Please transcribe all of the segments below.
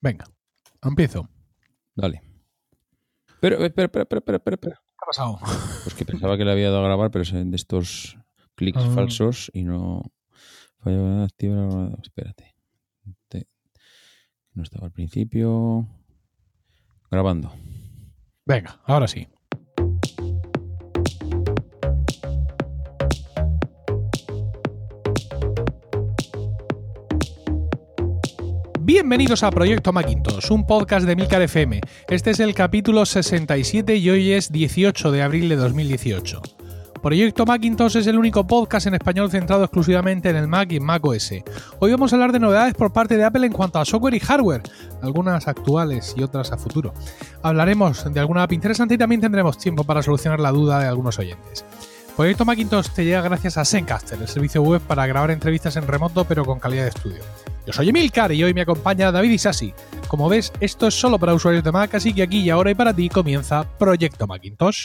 Venga, empiezo. Dale. Pero, espera. ¿Qué ha pasado? Pues que pensaba que le había dado a grabar, pero es de estos clics falsos y no... Falla activa la grabadora. Espérate. No estaba al principio. Grabando. Venga, ahora sí. Bienvenidos a Proyecto Macintosh, un podcast de Milcar FM. Este es el capítulo 67 y hoy es 18 de abril de 2018. Proyecto Macintosh es el único podcast en español centrado exclusivamente en el Mac y en macOS. Hoy vamos a hablar de novedades por parte de Apple en cuanto a software y hardware, algunas actuales y otras a futuro. Hablaremos de alguna app interesante y también tendremos tiempo para solucionar la duda de algunos oyentes. Proyecto Macintosh te llega gracias a Zencastr, el servicio web para grabar entrevistas en remoto pero con calidad de estudio. Yo soy Emilcar y hoy me acompaña David Isasi. Como ves, esto es solo para usuarios de Mac, así que aquí y ahora y para ti comienza Proyecto Macintosh.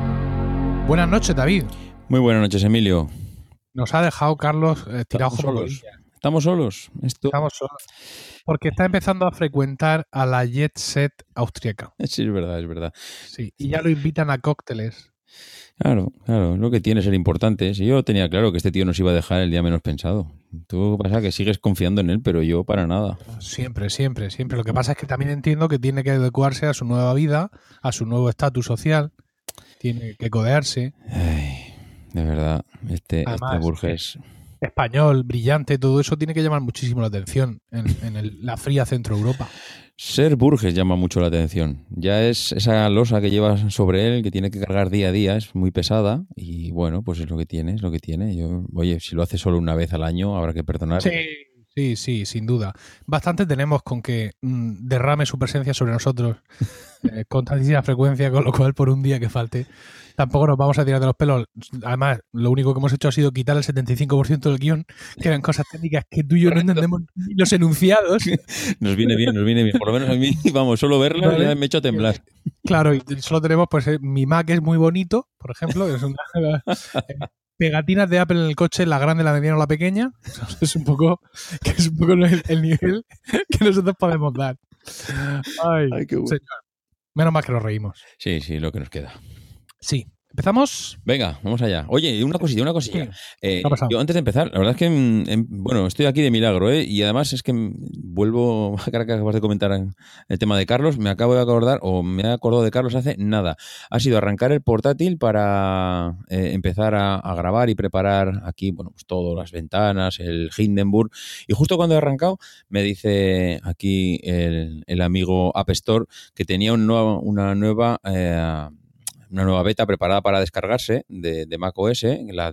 Buenas noches, David. Muy buenas noches, Emilio. Nos ha dejado Carlos tirado como ¿Estamos solos? Estamos solos. Porque está empezando a frecuentar a la Jet Set austríaca. Sí, es verdad. Sí, y ya lo invitan a cócteles. Claro, lo que tiene es ser importante. Si yo tenía claro que este tío nos iba a dejar el día menos pensado. Tú pasa que sigues confiando en él, pero yo para nada. Siempre. Lo que pasa es que también entiendo que tiene que adecuarse a su nueva vida, a su nuevo estatus social. Tiene que codearse. Ay, de verdad, Además, este Burgess... Español, brillante, todo eso tiene que llamar muchísimo la atención en la fría Centro Europa. Ser Burgess llama mucho la atención. Ya es esa losa que llevas sobre él, que tiene que cargar día a día, es muy pesada y bueno, pues es lo que tiene. Oye, si lo hace solo una vez al año, habrá que perdonar. Sí, sin duda. Bastante tenemos con que derrame su presencia sobre nosotros con tantísima frecuencia, con lo cual por un día que falte tampoco nos vamos a tirar de los pelos. Además, lo único que hemos hecho ha sido quitar el 75% del guión, que eran cosas técnicas que tú y yo no entendemos los enunciados. Nos viene bien. Por lo menos a mí, vamos, solo verlo ya me he hecho a temblar. Claro, y solo tenemos, pues, mi Mac es muy bonito, por ejemplo, es una... pegatinas de Apple en el coche, la grande, la mediana o la pequeña. Es un poco el nivel que nosotros podemos dar. Ay, qué bueno. Señor. Menos mal que nos reímos. Sí, lo que nos queda. Sí. ¿Empezazamos? Venga, vamos allá. Oye, una cosilla. Yo antes de empezar, la verdad es que, estoy aquí de milagro, y además es que vuelvo a que acabas de comentar el tema de Carlos, me acabo de acordar, o me he acordado de Carlos hace nada. Ha sido arrancar el portátil para empezar a grabar y preparar aquí, bueno, pues todas las ventanas, el Hindenburg, y justo cuando he arrancado me dice aquí el amigo App Store que tenía una nueva beta preparada para descargarse de macOS, la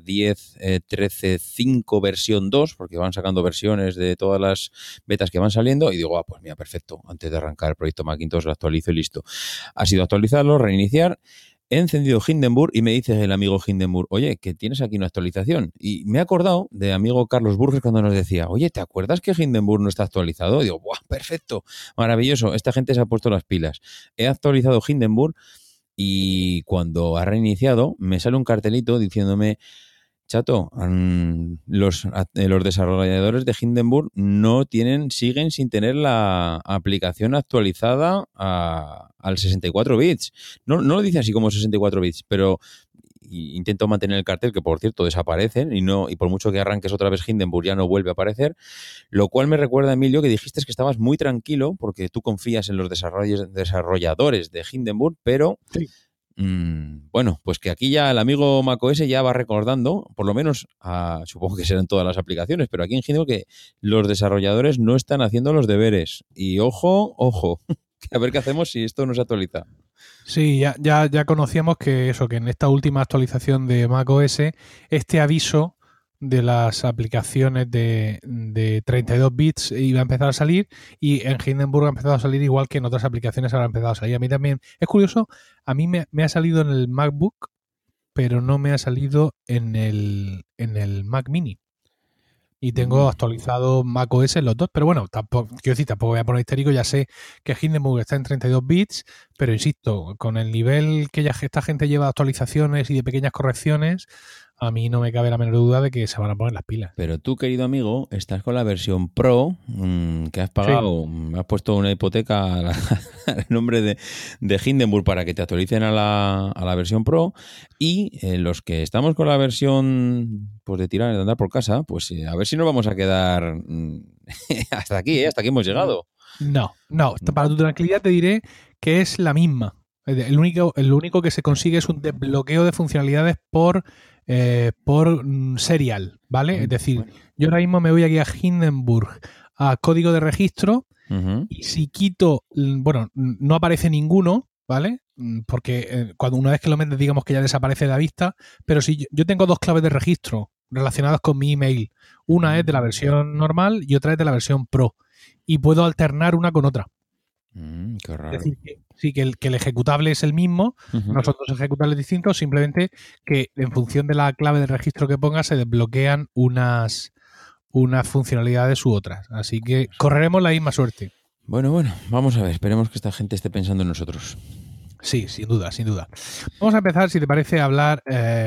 10.13.5 versión 2, porque van sacando versiones de todas las betas que van saliendo, y digo, pues mira, perfecto, antes de arrancar el proyecto Macintosh lo actualizo y listo. Ha sido actualizarlo, reiniciar, he encendido Hindenburg y me dice el amigo Hindenburg, oye, que tienes aquí una actualización. Y me he acordado de amigo Carlos Burgess cuando nos decía, oye, ¿te acuerdas que Hindenburg no está actualizado? Y digo, ¡buah, perfecto! Maravilloso, esta gente se ha puesto las pilas. He actualizado Hindenburg y cuando ha reiniciado me sale un cartelito diciéndome, chato, los desarrolladores de Hindenburg siguen sin tener la aplicación actualizada al 64 bits. No lo dice así como 64 bits, pero intento mantener el cartel, que por cierto desaparecen y por mucho que arranques otra vez Hindenburg ya no vuelve a aparecer, lo cual me recuerda, Emilio, que dijiste que estabas muy tranquilo porque tú confías en los desarrolladores de Hindenburg, pero sí. Bueno, pues que aquí ya el amigo macOS ya va recordando, por lo menos supongo que serán todas las aplicaciones, pero aquí en Hindenburg que los desarrolladores no están haciendo los deberes y ojo, a ver qué hacemos si esto no se actualiza. Sí, ya conocíamos que en esta última actualización de macOS, este aviso de las aplicaciones de 32 bits iba a empezar a salir, y en Hindenburg ha empezado a salir igual que en otras aplicaciones ahora ha empezado a salir. A mí también, es curioso, a mí me ha salido en el MacBook, pero no me ha salido en el Mac Mini. Y tengo actualizado macOS en los dos, pero bueno, tampoco voy a poner histérico, ya sé que Hindenburg está en 32 bits, pero insisto, con el nivel que ya esta gente lleva de actualizaciones y de pequeñas correcciones, a mí no me cabe la menor duda de que se van a poner las pilas. Pero tú, querido amigo, estás con la versión Pro, que has pagado, has puesto una hipoteca al nombre de Hindenburg para que te actualicen a la versión Pro, y los que estamos con la versión pues de tirar, de andar por casa, pues a ver si nos vamos a quedar hasta aquí hemos llegado. No, para tu tranquilidad te diré que es la misma. Lo único que se consigue es un desbloqueo de funcionalidades por serial, ¿vale? Es decir, yo ahora mismo me voy aquí a Hindenburg, a código de registro, y si quito, bueno, no aparece ninguno, ¿vale? Porque cuando una vez que lo metes, digamos que ya desaparece de la vista, pero si yo tengo 2 claves de registro relacionadas con mi email, una es de la versión normal y otra es de la versión Pro, y puedo alternar una con otra. Qué raro. Es decir, que el ejecutable es el mismo, nosotros ejecutables distintos, simplemente que en función de la clave de registro que pongas se desbloquean unas funcionalidades u otras. Así que correremos la misma suerte. Bueno, vamos a ver, esperemos que esta gente esté pensando en nosotros. Sí, sin duda. Vamos a empezar, si te parece, a hablar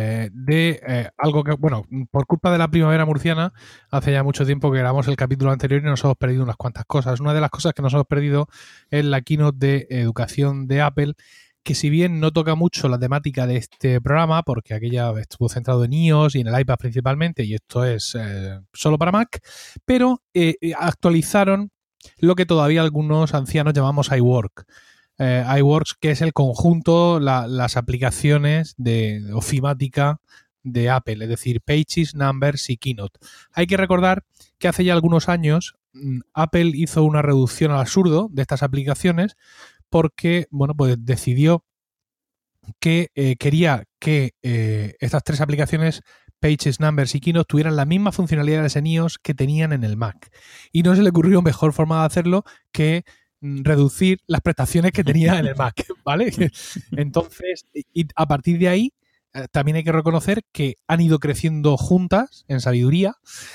de algo que, bueno, por culpa de la primavera murciana, hace ya mucho tiempo que grabamos el capítulo anterior y nos hemos perdido unas cuantas cosas. Una de las cosas que nos hemos perdido es la keynote de educación de Apple, que si bien no toca mucho la temática de este programa, porque aquella estuvo centrado en iOS y en el iPad principalmente, y esto es solo para Mac, pero actualizaron lo que todavía algunos ancianos llamamos iWork. iWorks, que es el conjunto, las aplicaciones de ofimática de Apple, es decir, Pages, Numbers y Keynote. Hay que recordar que hace ya algunos años Apple hizo una reducción al absurdo de estas aplicaciones porque, bueno, pues decidió que quería que estas 3 aplicaciones, Pages, Numbers y Keynote, tuvieran las mismas funcionalidades en iOS que tenían en el Mac. Y no se le ocurrió mejor forma de hacerlo que reducir las prestaciones que tenía en el Mac, ¿vale? Entonces, y a partir de ahí, también hay que reconocer que han ido creciendo juntas en sabiduría.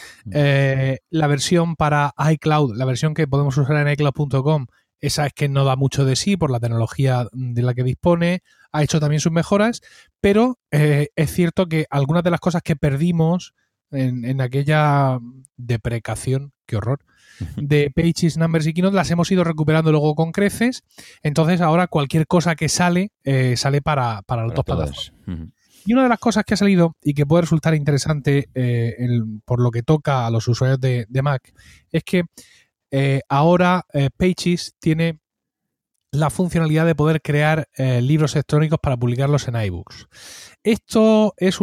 La versión para iCloud, la versión que podemos usar en iCloud.com, esa es que no da mucho de sí por la tecnología de la que dispone, ha hecho también sus mejoras, pero es cierto que algunas de las cosas que perdimos en aquella deprecación, qué horror, de Pages, Numbers y Keynote las hemos ido recuperando luego con creces. Entonces ahora cualquier cosa que sale para las dos plataformas. Y una de las cosas que ha salido y que puede resultar interesante por lo que toca a los usuarios de Mac es que ahora Pages tiene la funcionalidad de poder crear libros electrónicos para publicarlos en iBooks. Esto es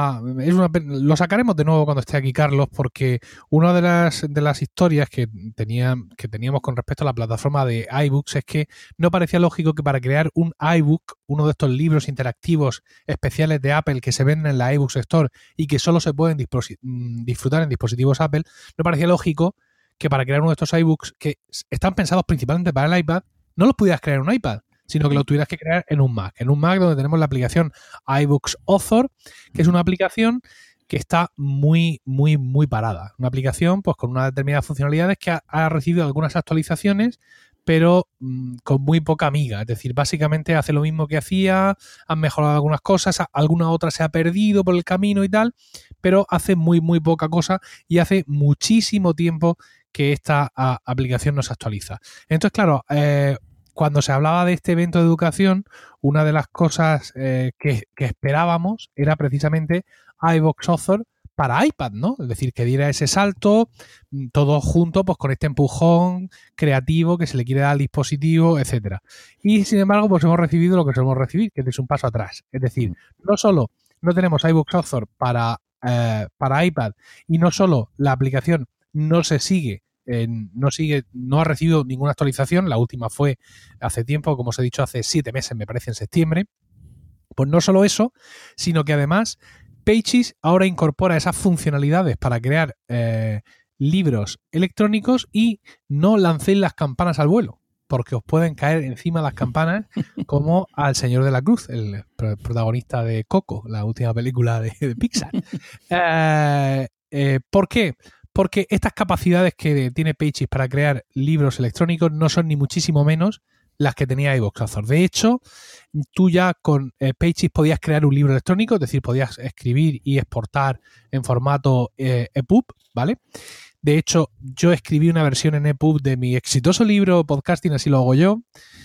lo sacaremos de nuevo cuando esté aquí Carlos, porque una de las historias que teníamos con respecto a la plataforma de iBooks es que no parecía lógico que para crear un iBook, uno de estos libros interactivos especiales de Apple que se venden en la iBooks Store y que solo se pueden disfrutar en dispositivos Apple, no parecía lógico que para crear uno de estos iBooks que están pensados principalmente para el iPad, no los pudieras crear en un iPad, sino que lo tuvieras que crear en un Mac. En un Mac donde tenemos la aplicación iBooks Author, que es una aplicación que está muy, muy, muy parada. Una aplicación pues con unas determinadas funcionalidades que ha recibido algunas actualizaciones, pero con muy poca miga. Es decir, básicamente hace lo mismo que hacía, han mejorado algunas cosas, alguna otra se ha perdido por el camino y tal, pero hace muy, muy poca cosa y hace muchísimo tiempo que esta aplicación no se actualiza. Entonces, claro, cuando se hablaba de este evento de educación, una de las cosas que esperábamos era precisamente iBooks Author para iPad, ¿no? Es decir, que diera ese salto, todo junto, pues con este empujón creativo que se le quiere dar al dispositivo, etcétera. Y sin embargo, pues hemos recibido lo que solemos recibir, que es un paso atrás. Es decir, no solo no tenemos iBooks Author para iPad y no solo la aplicación no ha recibido ninguna actualización, la última fue hace tiempo, como os he dicho, hace 7 meses, me parece, en septiembre. Pues no solo eso, sino que además Pages ahora incorpora esas funcionalidades para crear libros electrónicos y no lancéis las campanas al vuelo, porque os pueden caer encima las campanas como al Señor de la Cruz, el protagonista de Coco, la última película de Pixar. ¿Por qué? Porque estas capacidades que tiene Pages para crear libros electrónicos no son ni muchísimo menos las que tenía iVoox Author. De hecho, tú ya con Pages podías crear un libro electrónico, es decir, podías escribir y exportar en formato EPUB, ¿vale? De hecho, yo escribí una versión en EPUB de mi exitoso libro Podcasting, así lo hago yo,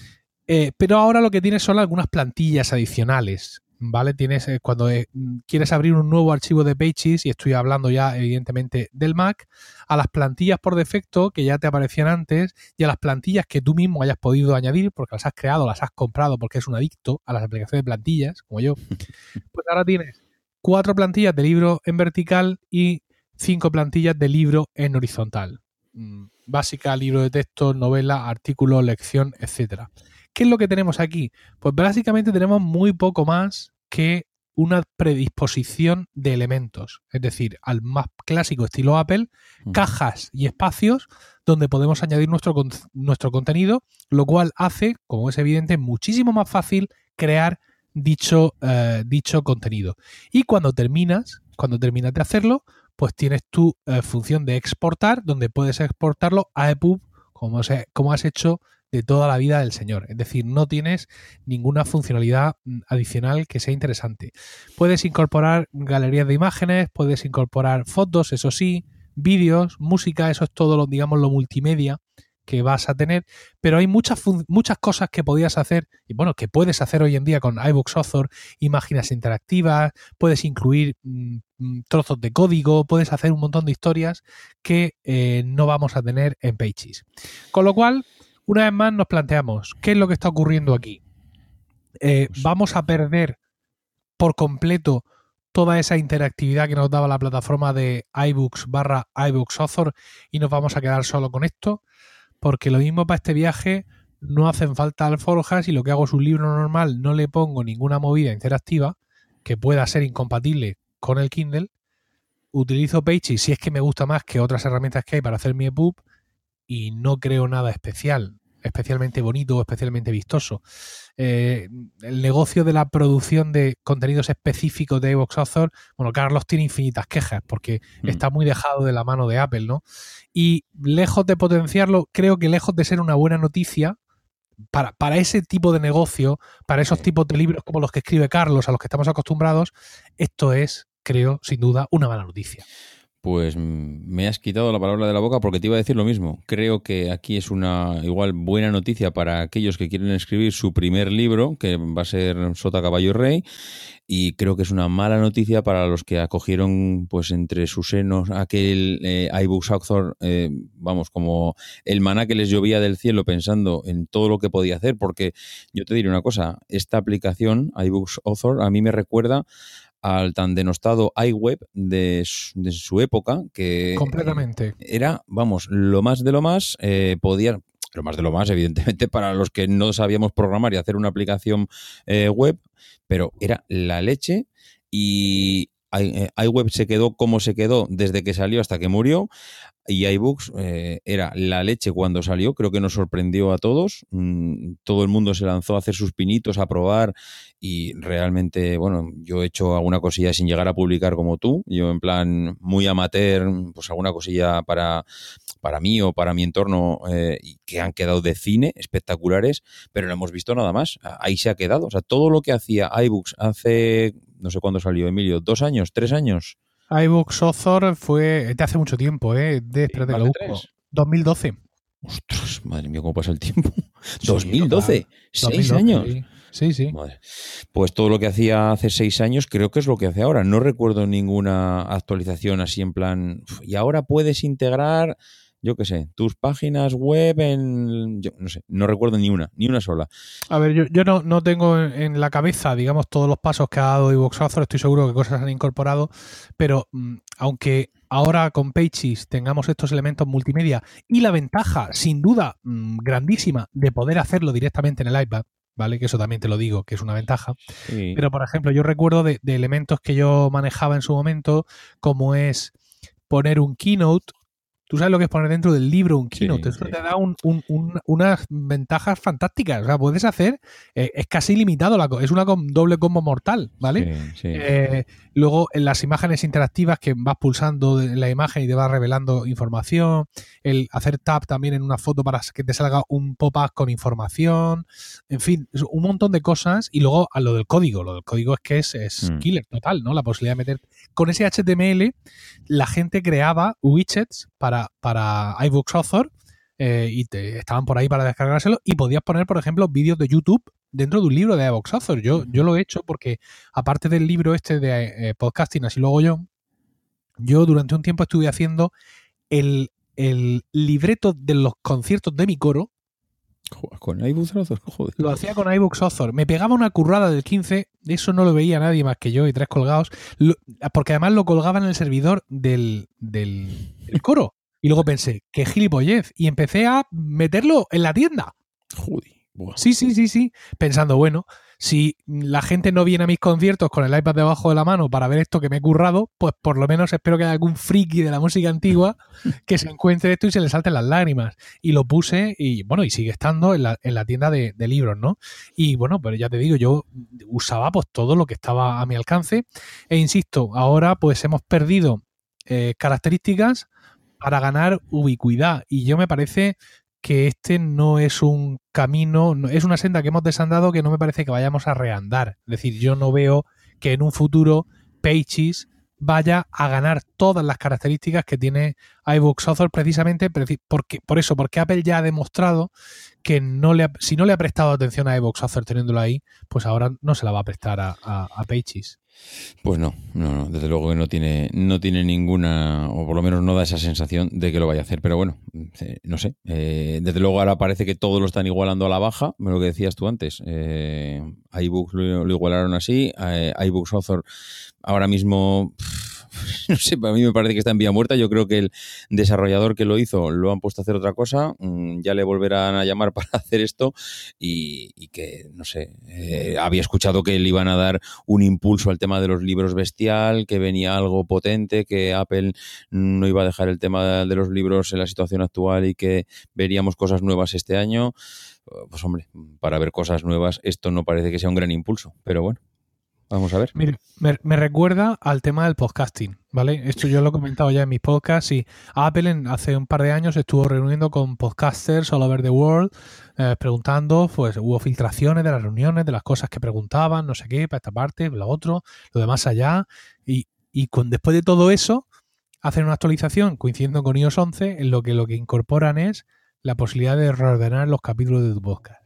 pero ahora lo que tienes son algunas plantillas adicionales, ¿vale? Tienes cuando quieres abrir un nuevo archivo de Pages, y estoy hablando ya evidentemente del Mac, a las plantillas por defecto que ya te aparecían antes y a las plantillas que tú mismo hayas podido añadir porque las has creado, las has comprado porque es un adicto a las aplicaciones de plantillas, como yo, pues ahora tienes 4 plantillas de libro en vertical y 5 plantillas de libro en horizontal. Básica, libro de texto, novela, artículo, lección, etcétera. ¿Qué es lo que tenemos aquí? Pues básicamente tenemos muy poco más que una predisposición de elementos. Es decir, al más clásico estilo Apple, cajas y espacios donde podemos añadir nuestro contenido, lo cual hace, como es evidente, muchísimo más fácil crear dicho contenido. Y cuando terminas de hacerlo, pues tienes tu función de exportar, donde puedes exportarlo a EPUB, como has hecho de toda la vida del señor. Es decir, no tienes ninguna funcionalidad adicional que sea interesante. Puedes incorporar galerías de imágenes, puedes incorporar fotos, eso sí, vídeos, música, eso es todo lo multimedia que vas a tener, pero hay muchas cosas que podías hacer, y bueno, que puedes hacer hoy en día con iVoox Author, imágenes interactivas, puedes incluir trozos de código, puedes hacer un montón de historias que no vamos a tener en Pages. Con lo cual, una vez más nos planteamos, ¿qué es lo que está ocurriendo aquí? ¿Vamos a perder por completo toda esa interactividad que nos daba la plataforma de iBooks/iVoox Author y nos vamos a quedar solo con esto? Porque lo mismo para este viaje no hacen falta alforjas y lo que hago es un libro normal, no le pongo ninguna movida interactiva que pueda ser incompatible con el Kindle. Utilizo Pages si es que me gusta más que otras herramientas que hay para hacer mi EPUB y no creo nada especialmente bonito o especialmente vistoso. El negocio de la producción de contenidos específicos de iVoox Author, bueno, Carlos tiene infinitas quejas porque está muy dejado de la mano de Apple, ¿no? Y lejos de potenciarlo, creo que lejos de ser una buena noticia para ese tipo de negocio, para esos tipos de libros como los que escribe Carlos, a los que estamos acostumbrados, esto es, creo, sin duda, una mala noticia. Pues me has quitado la palabra de la boca porque te iba a decir lo mismo. Creo que aquí es una igual buena noticia para aquellos que quieren escribir su primer libro, que va a ser Sota, Caballo y Rey, y creo que es una mala noticia para los que acogieron pues entre sus senos aquel iBooks Author, vamos, como el maná que les llovía del cielo pensando en todo lo que podía hacer, porque yo te diré una cosa, esta aplicación iBooks Author a mí me recuerda al tan denostado iWeb de su época, que completamente era, vamos, lo más de lo más, lo más de lo más, evidentemente, para los que no sabíamos programar y hacer una aplicación web, pero era la leche y iWeb se quedó como se quedó desde que salió hasta que murió. Y iBooks era la leche cuando salió, creo que nos sorprendió a todos. Todo el mundo se lanzó a hacer sus pinitos, a probar y realmente, bueno, yo he hecho alguna cosilla sin llegar a publicar como tú. Yo en plan muy amateur, pues alguna cosilla para mí o para mi entorno que han quedado de cine, espectaculares, pero no hemos visto nada más. Ahí se ha quedado. O sea, todo lo que hacía iBooks hace, no sé cuándo salió, Emilio, 2 años, 3 años. iVoox Author fue de hace mucho tiempo, espérate, lo busco. 2012. Ostras, madre mía, cómo pasa el tiempo. 2012, 6 años. Sí. Madre. Pues todo lo que hacía hace 6 años creo que es lo que hace ahora. No recuerdo ninguna actualización así en plan. Y ahora puedes integrar, yo qué sé, tus páginas web yo no sé, no recuerdo ni una sola. A ver, yo no tengo en la cabeza, digamos, todos los pasos que ha dado iVoox Author, estoy seguro que cosas han incorporado, pero aunque ahora con Pages tengamos estos elementos multimedia y la ventaja, sin duda, grandísima de poder hacerlo directamente en el iPad, ¿vale? Que eso también te lo digo, que es una ventaja. Sí. Pero, por ejemplo, yo recuerdo de elementos que yo manejaba en su momento, como es poner un Keynote Tú sabes lo que es poner dentro del libro un Keynote. Sí, Eso te da unas ventajas fantásticas. O sea, puedes hacer, es casi ilimitado, es una doble combo mortal, ¿vale? Sí. Luego, en las imágenes interactivas que vas pulsando en la imagen y te vas revelando información, el hacer tap también en una foto para que te salga un pop-up con información, en fin, un montón de cosas. Y luego a lo del código. Lo del código es que es killer total, ¿no? La posibilidad de meter... Con ese HTML, la gente creaba widgets para iBooks Author y estaban por ahí para descargárselo y podías poner, por ejemplo, vídeos de YouTube dentro de un libro de iBooks Author. Yo lo he hecho porque, aparte del libro este de podcasting, así lo hago yo durante un tiempo estuve haciendo el libreto de los conciertos de mi coro. ¿Con iBooks Author? Joder. Lo hacía con iBooks Author. Me pegaba una currada del 15, eso no lo veía nadie más que yo y 3 colgados, porque además lo colgaba en el servidor del coro. Y luego pensé, qué gilipollez. Y empecé a meterlo en la tienda. Joder. Buah. Sí. Pensando, bueno, si la gente no viene a mis conciertos con el iPad debajo de la mano para ver esto que me he currado, pues por lo menos espero que haya algún friki de la música antigua que se encuentre esto y se le salten las lágrimas. Y lo puse y bueno, y sigue estando en la tienda de libros, ¿no? Y bueno, pero ya te digo, yo usaba pues todo lo que estaba a mi alcance. E insisto, ahora pues hemos perdido características para ganar ubicuidad. Y yo me parece que este no es un camino, es una senda que hemos desandado que no me parece que vayamos a reandar. Es decir, yo no veo que en un futuro Pages vaya a ganar todas las características que tiene iBooks Author precisamente porque Apple ya ha demostrado que si no le ha prestado atención a iBooks Author teniéndolo ahí, pues ahora no se la va a prestar a Pages. Pues no, desde luego que no tiene ninguna, o por lo menos no da esa sensación de que lo vaya a hacer, pero bueno, no sé, desde luego ahora parece que todos lo están igualando a la baja, lo que decías tú antes, iBooks lo igualaron así, iBooks Author ahora mismo... No sé, para mí me parece que está en vía muerta. Yo creo que el desarrollador que lo hizo lo han puesto a hacer otra cosa. Ya le volverán a llamar para hacer esto y que, no sé, había escuchado que le iban a dar un impulso al tema de los libros bestial, que venía algo potente, que Apple no iba a dejar el tema de los libros en la situación actual y que veríamos cosas nuevas este año. Pues hombre, para ver cosas nuevas esto no parece que sea un gran impulso, pero bueno. Vamos a ver. Mire, me recuerda al tema del podcasting, ¿vale? Esto yo lo he comentado ya en mis podcasts y Apple hace un par de años estuvo reuniendo con podcasters all over the world preguntando, pues hubo filtraciones de las reuniones, de las cosas que preguntaban, no sé qué, para esta parte, lo otro, lo de más allá y después de todo eso hacen una actualización coincidiendo con iOS 11 en lo que incorporan es la posibilidad de reordenar los capítulos de tu podcast.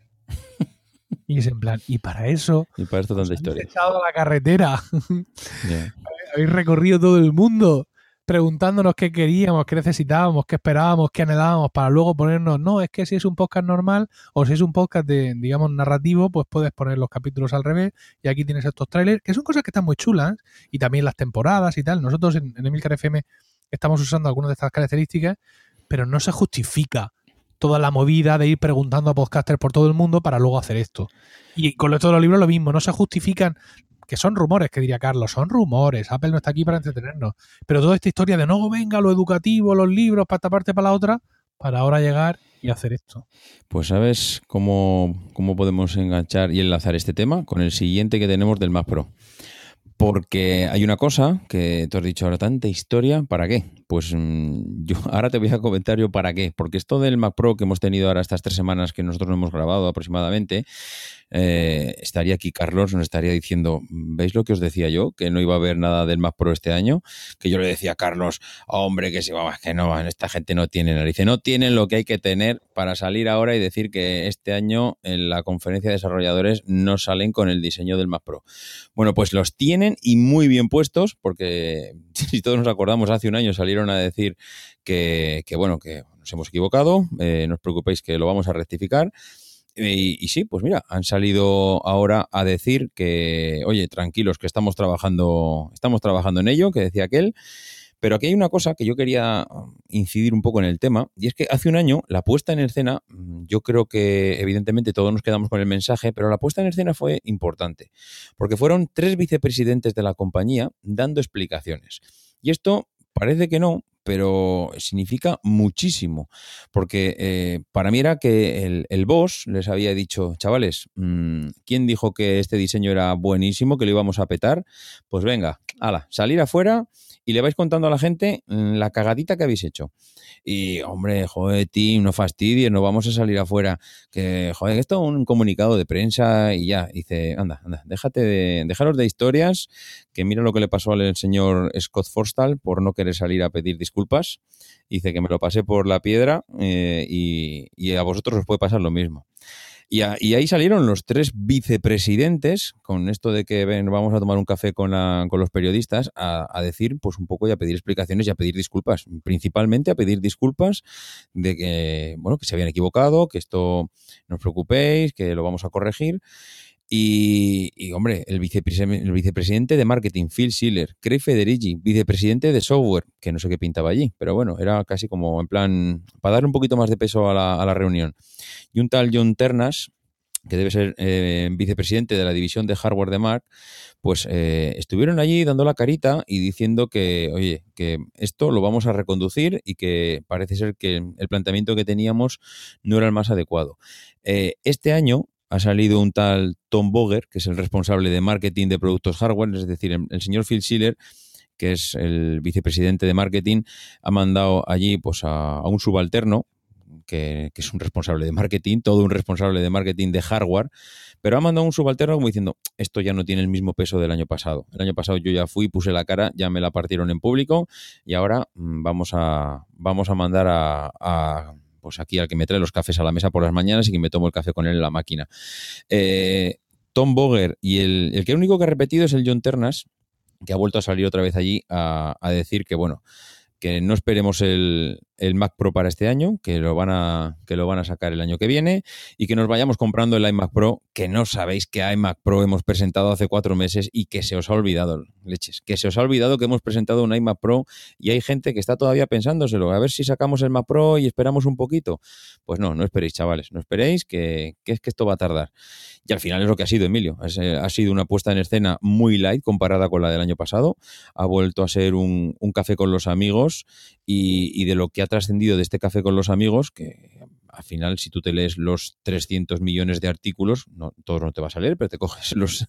Y es en plan, y para esto tanta historia. Habéis echado a la carretera. Yeah. Habéis recorrido todo el mundo preguntándonos qué queríamos, qué necesitábamos, qué esperábamos, qué anhelábamos para luego ponernos, no, es que si es un podcast normal o si es un podcast de, digamos, narrativo, pues puedes poner los capítulos al revés y aquí tienes estos trailers, que son cosas que están muy chulas y también las temporadas y tal. Nosotros en Emilcar FM estamos usando algunas de estas características, pero no se justifica toda la movida de ir preguntando a podcasters por todo el mundo para luego hacer esto. Y con todos los libros lo mismo, no se justifican, que son rumores, que diría Carlos, son rumores, Apple no está aquí para entretenernos, pero toda esta historia de no, venga, lo educativo, los libros, para esta parte, para la otra, para ahora llegar y hacer esto. Pues ¿sabes cómo podemos enganchar y enlazar este tema? Con el siguiente que tenemos del Mac Pro. Porque hay una cosa que tú has dicho ahora, tanta historia, ¿para qué? Pues yo ahora te voy a comentar yo para qué. Porque esto del Mac Pro que hemos tenido ahora estas 3 semanas que nosotros no hemos grabado aproximadamente, estaría aquí Carlos, nos estaría diciendo, ¿veis lo que os decía yo? Que no iba a haber nada del Mac Pro este año. Que yo le decía a Carlos, hombre, que no, esta gente no tiene narices. No tienen lo que hay que tener para salir ahora y decir que este año en la conferencia de desarrolladores no salen con el diseño del Mac Pro. Bueno, pues los tienen y muy bien puestos, porque si todos nos acordamos, hace un año salieron a decir que nos hemos equivocado, no os preocupéis que lo vamos a rectificar. Y sí, pues mira, han salido ahora a decir que, oye, tranquilos, que estamos trabajando en ello, que decía aquel. Pero aquí hay una cosa que yo quería incidir un poco en el tema, y es que hace un año la puesta en escena, yo creo que evidentemente todos nos quedamos con el mensaje, pero la puesta en escena fue importante, porque fueron 3 vicepresidentes de la compañía dando explicaciones. Y esto parece que no, pero significa muchísimo, porque para mí era que el boss les había dicho, chavales, ¿quién dijo que este diseño era buenísimo, que lo íbamos a petar? Pues venga, ala, salir afuera y le vais contando a la gente la cagadita que habéis hecho. Y, hombre, joder, Tim, no fastidies, no vamos a salir afuera. Que, joder, esto es un comunicado de prensa y ya. Dice, anda, déjaros de historias, que mira lo que le pasó al señor Scott Forstall por no querer salir a pedir disculpas. Dice que me lo pasé por la piedra y a vosotros os puede pasar lo mismo. Y ahí salieron los 3 vicepresidentes, con esto de que vamos a tomar un café con los periodistas, a decir, pues un poco, y a pedir explicaciones y a pedir disculpas. Principalmente a pedir disculpas de que, bueno, que se habían equivocado, que esto no os preocupéis, que lo vamos a corregir. Y hombre, el vicepresidente de marketing, Phil Schiller, Craig Federighi, vicepresidente de software, que no sé qué pintaba allí, pero bueno, era casi como en plan, para darle un poquito más de peso a la reunión. Y un tal John Ternas, que debe ser vicepresidente de la división de hardware de Mac, pues estuvieron allí dando la carita y diciendo que, oye, que esto lo vamos a reconducir y que parece ser que el planteamiento que teníamos no era el más adecuado. Este año ha salido un tal Tom Boger, que es el responsable de marketing de productos hardware, es decir, el señor Phil Schiller, que es el vicepresidente de marketing, ha mandado allí pues a un subalterno, que es un responsable de marketing, todo un responsable de marketing de hardware, pero ha mandado un subalterno como diciendo, esto ya no tiene el mismo peso del año pasado. El año pasado yo ya fui, puse la cara, ya me la partieron en público y ahora vamos a mandar pues aquí al que me trae los cafés a la mesa por las mañanas y que me tomo el café con él en la máquina. Tom Boger y el que único que ha repetido es el John Ternas, que ha vuelto a salir otra vez allí a decir que, bueno, que no esperemos el Mac Pro para este año, que lo van a sacar el año que viene y que nos vayamos comprando el iMac Pro, que no sabéis que iMac Pro hemos presentado hace 4 meses y que se os ha olvidado, leches, que se os ha olvidado que hemos presentado un iMac Pro y hay gente que está todavía pensándoselo, a ver si sacamos el Mac Pro y esperamos un poquito. Pues no esperéis, chavales, no esperéis, que es que esto va a tardar. Y al final es lo que ha sido, Emilio. Ha sido una puesta en escena muy light comparada con la del año pasado. Ha vuelto a ser un café con los amigos y de lo que ha trascendido de este café con los amigos, que al final si tú te lees los 300 millones de artículos, todos no te vas a leer, pero te coges los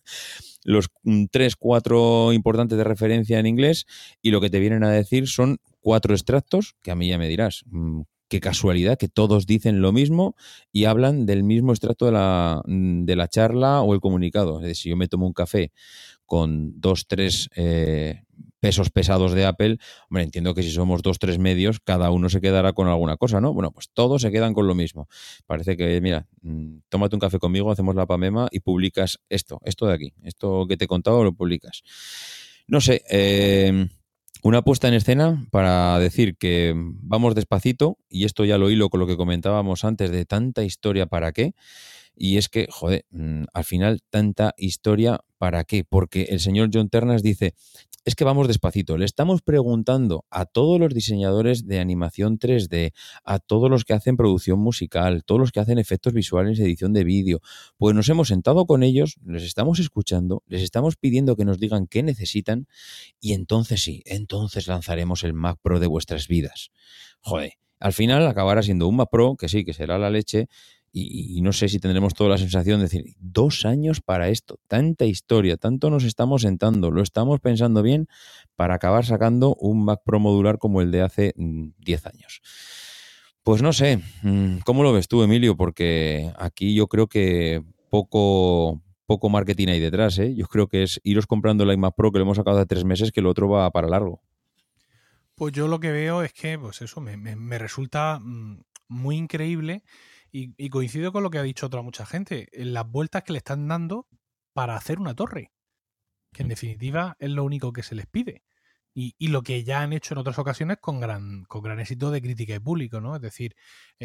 3, 4 importantes de referencia en inglés y lo que te vienen a decir son 4 extractos, que a mí ya me dirás, qué casualidad que todos dicen lo mismo y hablan del mismo extracto de la charla o el comunicado. Es decir, si yo me tomo un café con 2, 3 pesos pesados de Apple, hombre, entiendo que si somos 2, 3 medios, cada uno se quedará con alguna cosa, ¿no? Bueno, pues todos se quedan con lo mismo. Parece que, mira, tómate un café conmigo, hacemos la pamema y publicas esto de aquí. Esto que te he contado lo publicas. No sé, una puesta en escena para decir que vamos despacito, y esto ya lo hilo con lo que comentábamos antes de tanta historia para qué, y es que, joder, al final tanta historia para qué, porque el señor John Ternas dice, es que vamos despacito, le estamos preguntando a todos los diseñadores de animación 3D, a todos los que hacen producción musical, todos los que hacen efectos visuales, edición de vídeo, pues nos hemos sentado con ellos, les estamos escuchando, les estamos pidiendo que nos digan qué necesitan y entonces sí, entonces lanzaremos el Mac Pro de vuestras vidas. Joder, al final acabará siendo un Mac Pro, que sí, que será la leche. Y no sé si tendremos toda la sensación de decir, 2 años para esto, tanta historia, tanto nos estamos sentando, lo estamos pensando bien para acabar sacando un Mac Pro modular como el de hace 10 años. Pues no sé, ¿cómo lo ves tú, Emilio? Porque aquí yo creo que poco marketing hay detrás, ¿eh? Yo creo que es iros comprando el iMac Pro que lo hemos sacado hace 3 meses, que el otro va para largo. Pues yo lo que veo es que, pues eso, me resulta muy increíble. Y coincido con lo que ha dicho otra mucha gente, en las vueltas que le están dando para hacer una torre, que en definitiva es lo único que se les pide. Y lo que ya han hecho en otras ocasiones con gran éxito de crítica y público, ¿no? Es decir,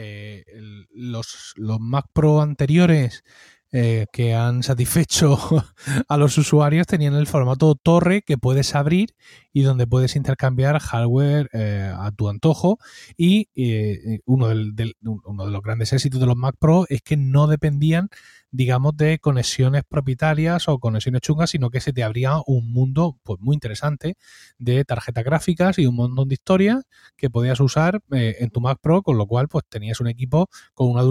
los Mac Pro anteriores que han satisfecho a los usuarios tenían el formato torre que puedes abrir y donde puedes intercambiar hardware a tu antojo y uno de los grandes éxitos de los Mac Pro es que no dependían digamos, de conexiones propietarias o conexiones chungas, sino que se te abría un mundo pues muy interesante de tarjetas gráficas y un montón de historias que podías usar en tu Mac Pro, con lo cual pues tenías un equipo con una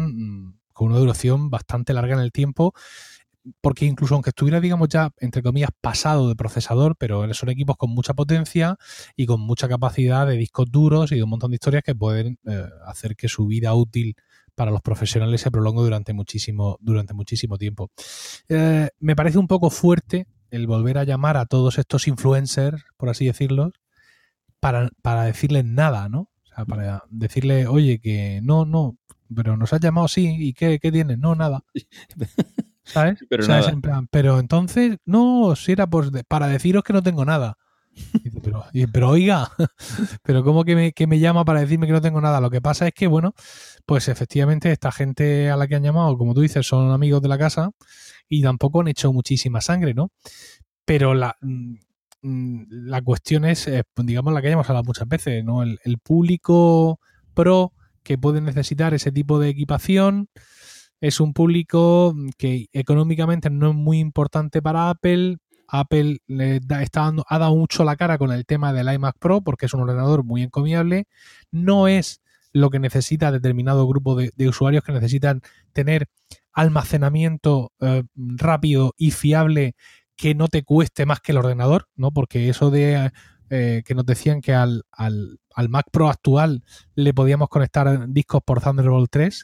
duración bastante larga en el tiempo, porque incluso aunque estuviera, digamos, ya, entre comillas, pasado de procesador, pero son equipos con mucha potencia y con mucha capacidad de discos duros y de un montón de historias que pueden hacer que su vida útil para los profesionales se prolongue durante muchísimo tiempo. Me parece un poco fuerte el volver a llamar a todos estos influencers, por así decirlo, para decirles nada, ¿no? O sea, para decirle, oye, que no, pero nos has llamado sí, ¿y qué tienes? No, nada. ¿Sabes? Pero o sea, nada. es en plan, pero entonces, no, si era pues para deciros que no tengo nada. Dice, pero oiga, pero ¿cómo que me llama para decirme que no tengo nada? Lo que pasa es que, bueno, pues efectivamente esta gente a la que han llamado, como tú dices, son amigos de la casa y tampoco han hecho muchísima sangre, ¿no? Pero la cuestión es, digamos, la que hayamos hablado muchas veces, ¿no? El público pro que puede necesitar ese tipo de equipación es un público que económicamente no es muy importante para Apple. Apple ha dado mucho la cara con el tema del iMac Pro porque es un ordenador muy encomiable. No es lo que necesita determinado grupo de usuarios que necesitan tener almacenamiento rápido y fiable que no te cueste más que el ordenador, ¿no? Porque eso de que nos decían que al Mac Pro actual le podíamos conectar discos por Thunderbolt 3.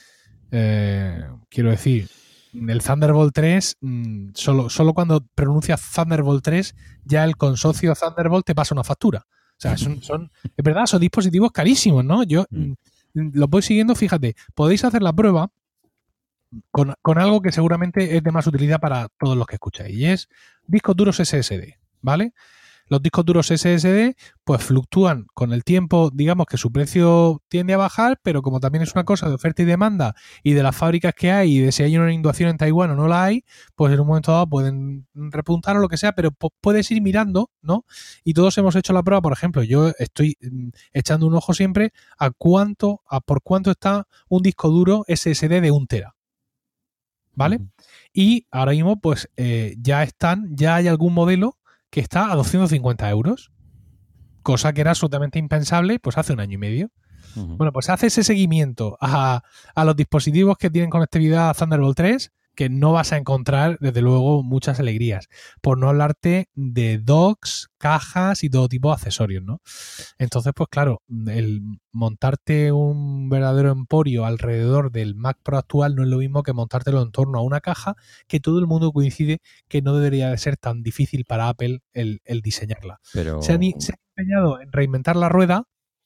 Quiero decir, el Thunderbolt 3, solo cuando pronuncias Thunderbolt 3, ya el consorcio Thunderbolt te pasa una factura. O sea, es verdad, son dispositivos carísimos, ¿no? Yo lo voy siguiendo, fíjate, podéis hacer la prueba con algo que seguramente es de más utilidad para todos los que escucháis, y es discos duros SSD, ¿vale? Los discos duros SSD pues fluctúan con el tiempo, digamos que su precio tiende a bajar, pero como también es una cosa de oferta y demanda y de las fábricas que hay y de si hay una inundación en Taiwán o no la hay, pues en un momento dado pueden repuntar o lo que sea, pero puedes ir mirando, ¿no? Y todos hemos hecho la prueba, por ejemplo, yo estoy echando un ojo siempre a por cuánto está un disco duro SSD de 1 tera. ¿Vale? Y ahora mismo, pues ya hay algún modelo que está a 250 euros, cosa que era absolutamente impensable pues hace un año y medio. Bueno, pues hace ese seguimiento a los dispositivos que tienen conectividad a Thunderbolt 3, que no vas a encontrar, desde luego, muchas alegrías. Por no hablarte de docks, cajas y todo tipo de accesorios, ¿no? Entonces, pues claro, el montarte un verdadero emporio alrededor del Mac Pro actual no es lo mismo que montártelo en torno a una caja que todo el mundo coincide que no debería de ser tan difícil para Apple el diseñarla. Pero... Se han empeñado en reinventar la rueda.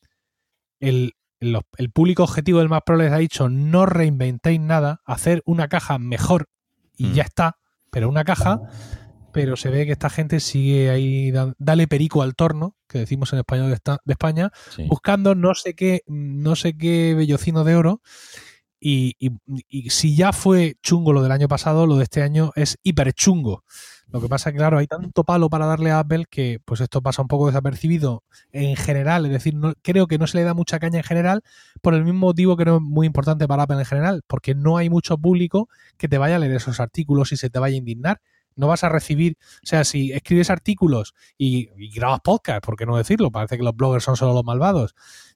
El público objetivo del Mac Pro les ha dicho: no reinventéis nada, hacer una caja mejor y ya está, pero una caja. Pero se ve que esta gente sigue ahí, dale perico al torno, que decimos en español de España, sí, buscando no sé qué bellocino de oro. Y si ya fue chungo lo del año pasado, lo de este año es hiper chungo. Lo que pasa es que, claro, hay tanto palo para darle a Apple que pues esto pasa un poco desapercibido en general. Es decir, creo que no se le da mucha caña en general por el mismo motivo que no es muy importante para Apple en general, porque no hay mucho público que te vaya a leer esos artículos y se te vaya a indignar. No vas a recibir, o sea, si escribes artículos y grabas podcast, ¿por qué no decirlo? Parece que los bloggers son solo los malvados.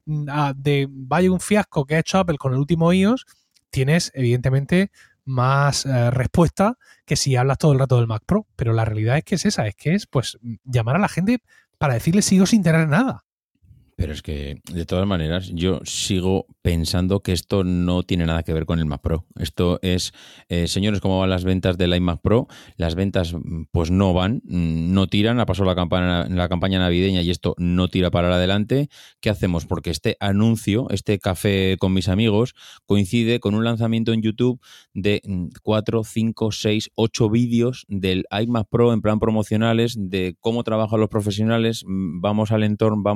Vaya un fiasco que ha hecho Apple con el último iOS, tienes evidentemente más respuesta que si hablas todo el rato del Mac Pro, pero la realidad es que es esa, es que es pues llamar a la gente para decirle sigo sin tener nada. Pero es que, de todas maneras, yo sigo pensando que esto no tiene nada que ver con el Mac Pro. Esto es, señores, ¿cómo van las ventas del iMac Pro? Las ventas, pues no van, no tiran. Ha pasado la campaña navideña y esto no tira para adelante. ¿Qué hacemos? Porque este anuncio, este café con mis amigos, coincide con un lanzamiento en YouTube de 4, 5, 6, 8 vídeos del iMac Pro en plan promocionales, de cómo trabajan los profesionales. Vamos al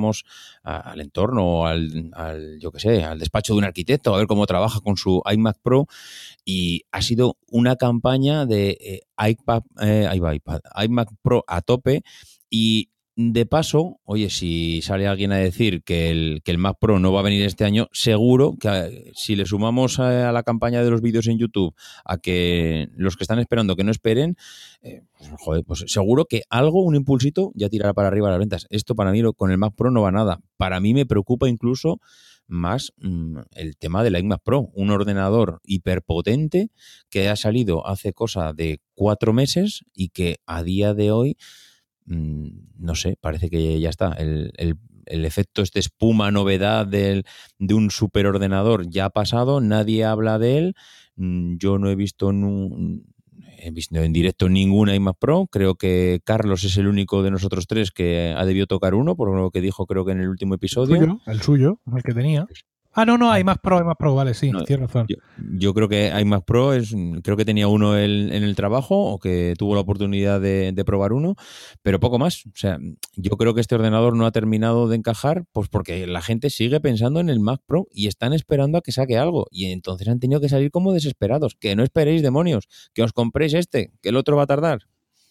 entorno, yo qué sé, al despacho de un arquitecto, a ver cómo trabaja con su iMac Pro, y ha sido una campaña de iMac Pro a tope, y de paso, oye, si sale alguien a decir que el Mac Pro no va a venir este año, seguro que si le sumamos a la campaña de los vídeos en YouTube a que los que están esperando que no esperen, pues seguro que algo, un impulsito, ya tirará para arriba las ventas. Esto para mí con el Mac Pro no va nada. Para mí me preocupa incluso más el tema del iMac Pro, un ordenador hiperpotente que ha salido hace cosa de 4 meses y que a día de hoy, no sé, parece que ya está. El efecto espuma novedad de un superordenador ya ha pasado, nadie habla de él. Yo no he visto en directo ninguna iMac Pro. Creo que Carlos es el único de nosotros tres que ha debido tocar uno, por lo que dijo creo que en el último episodio. El suyo, el que tenía. No, iMac Pro, vale, sí, no, tienes razón. Yo creo que iMac Pro creo que tenía uno en el trabajo o que tuvo la oportunidad de probar uno, pero poco más. O sea, yo creo que este ordenador no ha terminado de encajar, pues porque la gente sigue pensando en el Mac Pro y están esperando a que saque algo. Y entonces han tenido que salir como desesperados. Que no esperéis, demonios, que os compréis que el otro va a tardar.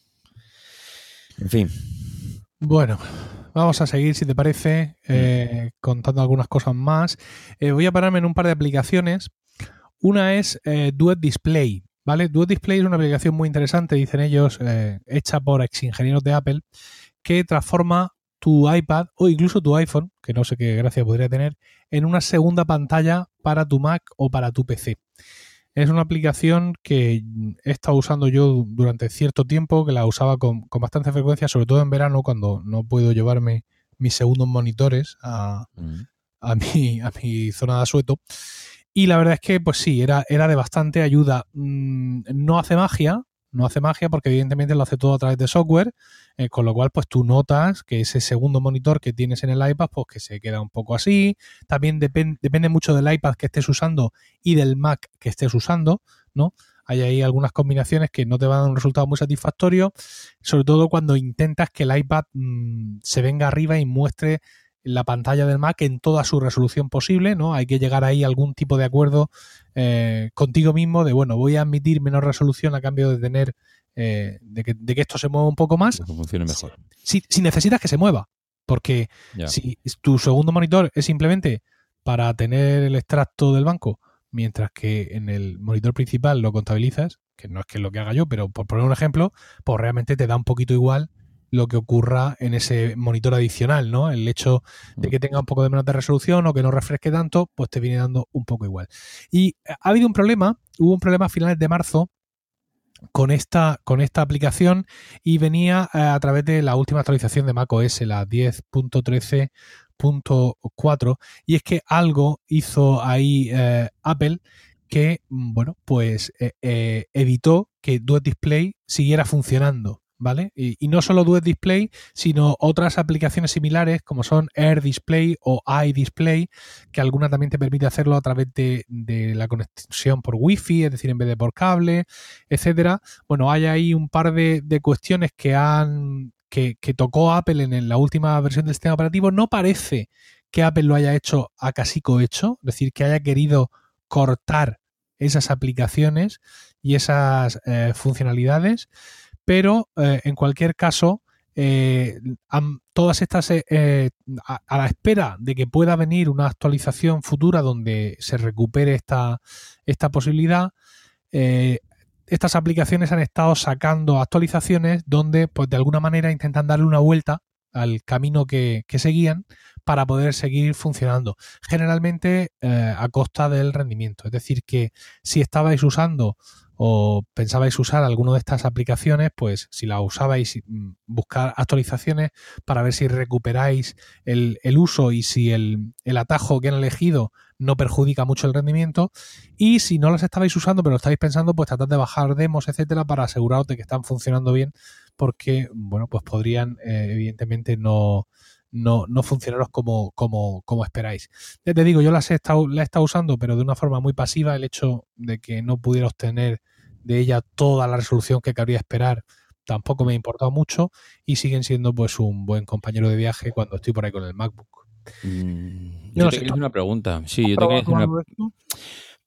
En fin. Bueno, vamos a seguir, si te parece, contando algunas cosas más. Voy a pararme en un par de aplicaciones. Una es Duet Display, ¿vale? Duet Display es una aplicación muy interesante, dicen ellos, hecha por exingenieros de Apple, que transforma tu iPad o incluso tu iPhone, que no sé qué gracia podría tener, en una segunda pantalla para tu Mac o para tu PC. Es una aplicación que he estado usando yo durante cierto tiempo, que la usaba con bastante frecuencia, sobre todo en verano, cuando no puedo llevarme mis segundos monitores a mi zona de asueto. Y la verdad es que, pues sí, era de bastante ayuda. No hace magia porque evidentemente lo hace todo a través de software, con lo cual pues tú notas que ese segundo monitor que tienes en el iPad pues que se queda un poco así. También depende mucho del iPad que estés usando y del Mac que estés usando, ¿no? Hay ahí algunas combinaciones que no te van a dar un resultado muy satisfactorio, sobre todo cuando intentas que el iPad se venga arriba y muestre la pantalla del Mac en toda su resolución posible, ¿no? Hay que llegar ahí a algún tipo de acuerdo contigo mismo de, bueno, voy a admitir menos resolución a cambio de tener de que esto se mueva un poco más. Que funcione mejor. Si necesitas que se mueva, porque si tu segundo monitor es simplemente para tener el extracto del banco, mientras que en el monitor principal lo contabilizas, que no es que es lo que haga yo, pero por poner un ejemplo, pues realmente te da un poquito igual lo que ocurra en ese monitor adicional, ¿no? El hecho de que tenga un poco de menos de resolución o que no refresque tanto, pues te viene dando un poco igual. Y ha habido hubo un problema a finales de marzo con esta aplicación y venía a través de la última actualización de macOS, la 10.13.4, y es que algo hizo ahí Apple que, bueno, pues evitó que Duet Display siguiera funcionando, ¿vale? Y no solo Duet Display, sino otras aplicaciones similares como son Air Display o iDisplay, que alguna también te permite hacerlo a través de la conexión por Wi-Fi, es decir, en vez de por cable, etcétera. Bueno, hay ahí un par de cuestiones que tocó Apple en la última versión del sistema operativo. No parece que Apple lo haya hecho a casico hecho, es decir, que haya querido cortar esas aplicaciones y esas funcionalidades, pero en cualquier caso, todas estas, a la espera de que pueda venir una actualización futura donde se recupere esta posibilidad, estas aplicaciones han estado sacando actualizaciones donde, pues de alguna manera, intentan darle una vuelta al camino que seguían para poder seguir funcionando. Generalmente a costa del rendimiento. Es decir, que si estabais usando o pensabais usar alguna de estas aplicaciones, pues si la usabais, buscar actualizaciones para ver si recuperáis el uso y si el atajo que han elegido no perjudica mucho el rendimiento. Y si no las estabais usando pero lo estáis pensando, pues tratad de bajar demos, etcétera, para aseguraros de que están funcionando bien, porque, bueno, pues podrían evidentemente no funcionaros como esperáis. Ya te digo, yo la he estado usando, pero de una forma muy pasiva. El hecho de que no pudiera obtener de ella toda la resolución que cabría esperar tampoco me ha importado mucho, y siguen siendo pues un buen compañero de viaje cuando estoy por ahí con el MacBook. Yo te quería hacer una pregunta. Sí, yo te quería hacer una...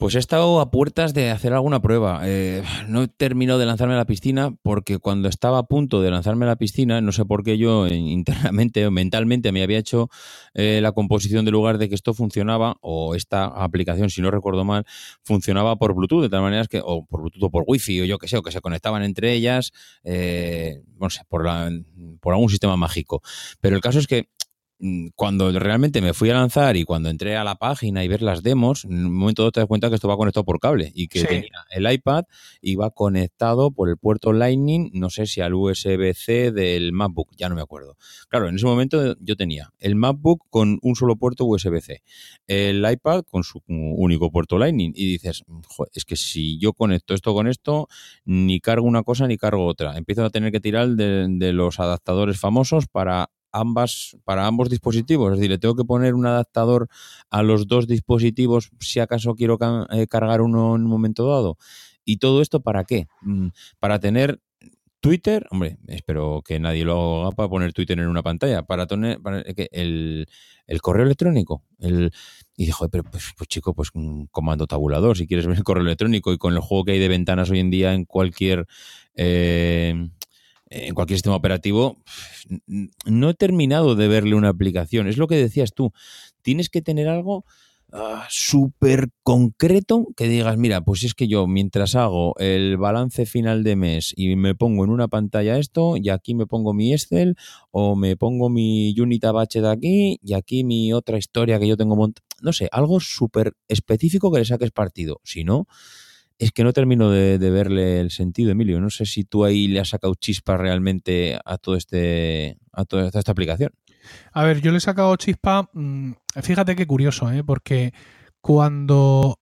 Pues he estado a puertas de hacer alguna prueba. No he terminado de lanzarme a la piscina porque cuando estaba a punto de lanzarme a la piscina, no sé por qué yo internamente o mentalmente me había hecho la composición del lugar de que esto funcionaba, o esta aplicación, si no recuerdo mal, funcionaba por Bluetooth, de tal manera que, o por Bluetooth o por Wi-Fi, o yo qué sé, o que se conectaban entre ellas, no sé, por algún sistema mágico. Pero el caso es que cuando realmente me fui a lanzar y cuando entré a la página y ver las demos, en un momento dado te das cuenta que esto va conectado por cable y que tenía el iPad, iba conectado por el puerto Lightning, no sé si al USB-C del MacBook, ya no me acuerdo. Claro, en ese momento yo tenía el MacBook con un solo puerto USB-C, el iPad con su único puerto Lightning, y dices, joder, es que si yo conecto esto con esto, ni cargo una cosa ni cargo otra. Empiezo a tener que tirar de los adaptadores famosos para ambos dispositivos. Es decir, le tengo que poner un adaptador a los dos dispositivos si acaso quiero cargar uno en un momento dado. ¿Y todo esto para qué? Para tener Twitter, hombre, espero que nadie lo haga para poner Twitter en una pantalla, para tener el correo electrónico. Y dijo, pero pues chico, pues un comando tabulador, si quieres ver el correo electrónico, y con el juego que hay de ventanas hoy en día en cualquier sistema operativo, no he terminado de verle una aplicación. Es lo que decías tú. Tienes que tener algo súper concreto que digas, mira, pues es que yo mientras hago el balance final de mes y me pongo en una pantalla esto, y aquí me pongo mi Excel, o me pongo mi Unitabache de aquí, y aquí mi otra historia que yo tengo montada. No sé, algo súper específico que le saques partido. Si no, es que no termino de verle el sentido, Emilio. No sé si tú ahí le has sacado chispa realmente a toda esta aplicación. A ver, yo le he sacado chispa. Fíjate qué curioso, porque cuando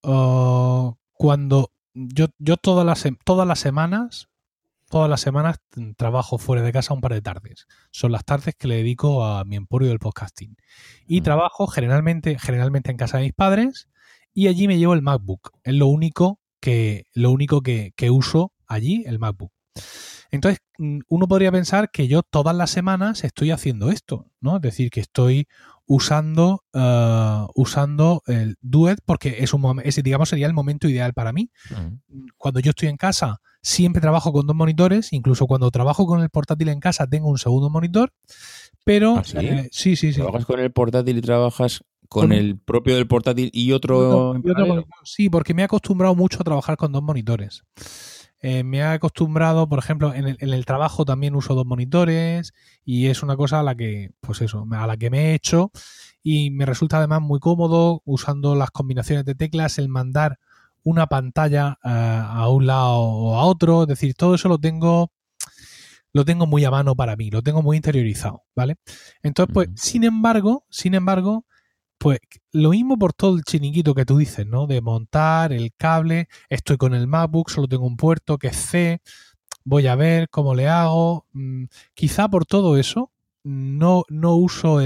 yo todas las semanas trabajo fuera de casa un par de tardes. Son las tardes que le dedico a mi emporio del podcasting. Y trabajo generalmente en casa de mis padres, y allí me llevo el MacBook. Es lo único que uso allí, el MacBook. Entonces, uno podría pensar que yo todas las semanas estoy haciendo esto, ¿no? Es decir, que estoy usando el Duet porque ese, digamos, sería el momento ideal para mí. Cuando yo estoy en casa, siempre trabajo con dos monitores. Incluso cuando trabajo con el portátil en casa, tengo un segundo monitor. Pero ¿Ah, sí? Sí. ¿Trabajas con el portátil y trabajas con el propio del portátil y otro en paralelo? Sí, porque me he acostumbrado mucho a trabajar con dos monitores. Me he acostumbrado, por ejemplo, en el trabajo también uso dos monitores, y es una cosa a la que me he hecho, y me resulta además muy cómodo usando las combinaciones de teclas, el mandar una pantalla a un lado o a otro. Es decir, todo eso lo tengo muy a mano para mí, lo tengo muy interiorizado, ¿vale? Entonces, pues, sin embargo, pues lo mismo por todo el chiniquito que tú dices, ¿no? De montar el cable. Estoy con el MacBook, solo tengo un puerto que es C. Voy a ver cómo le hago. Quizá por todo eso no uso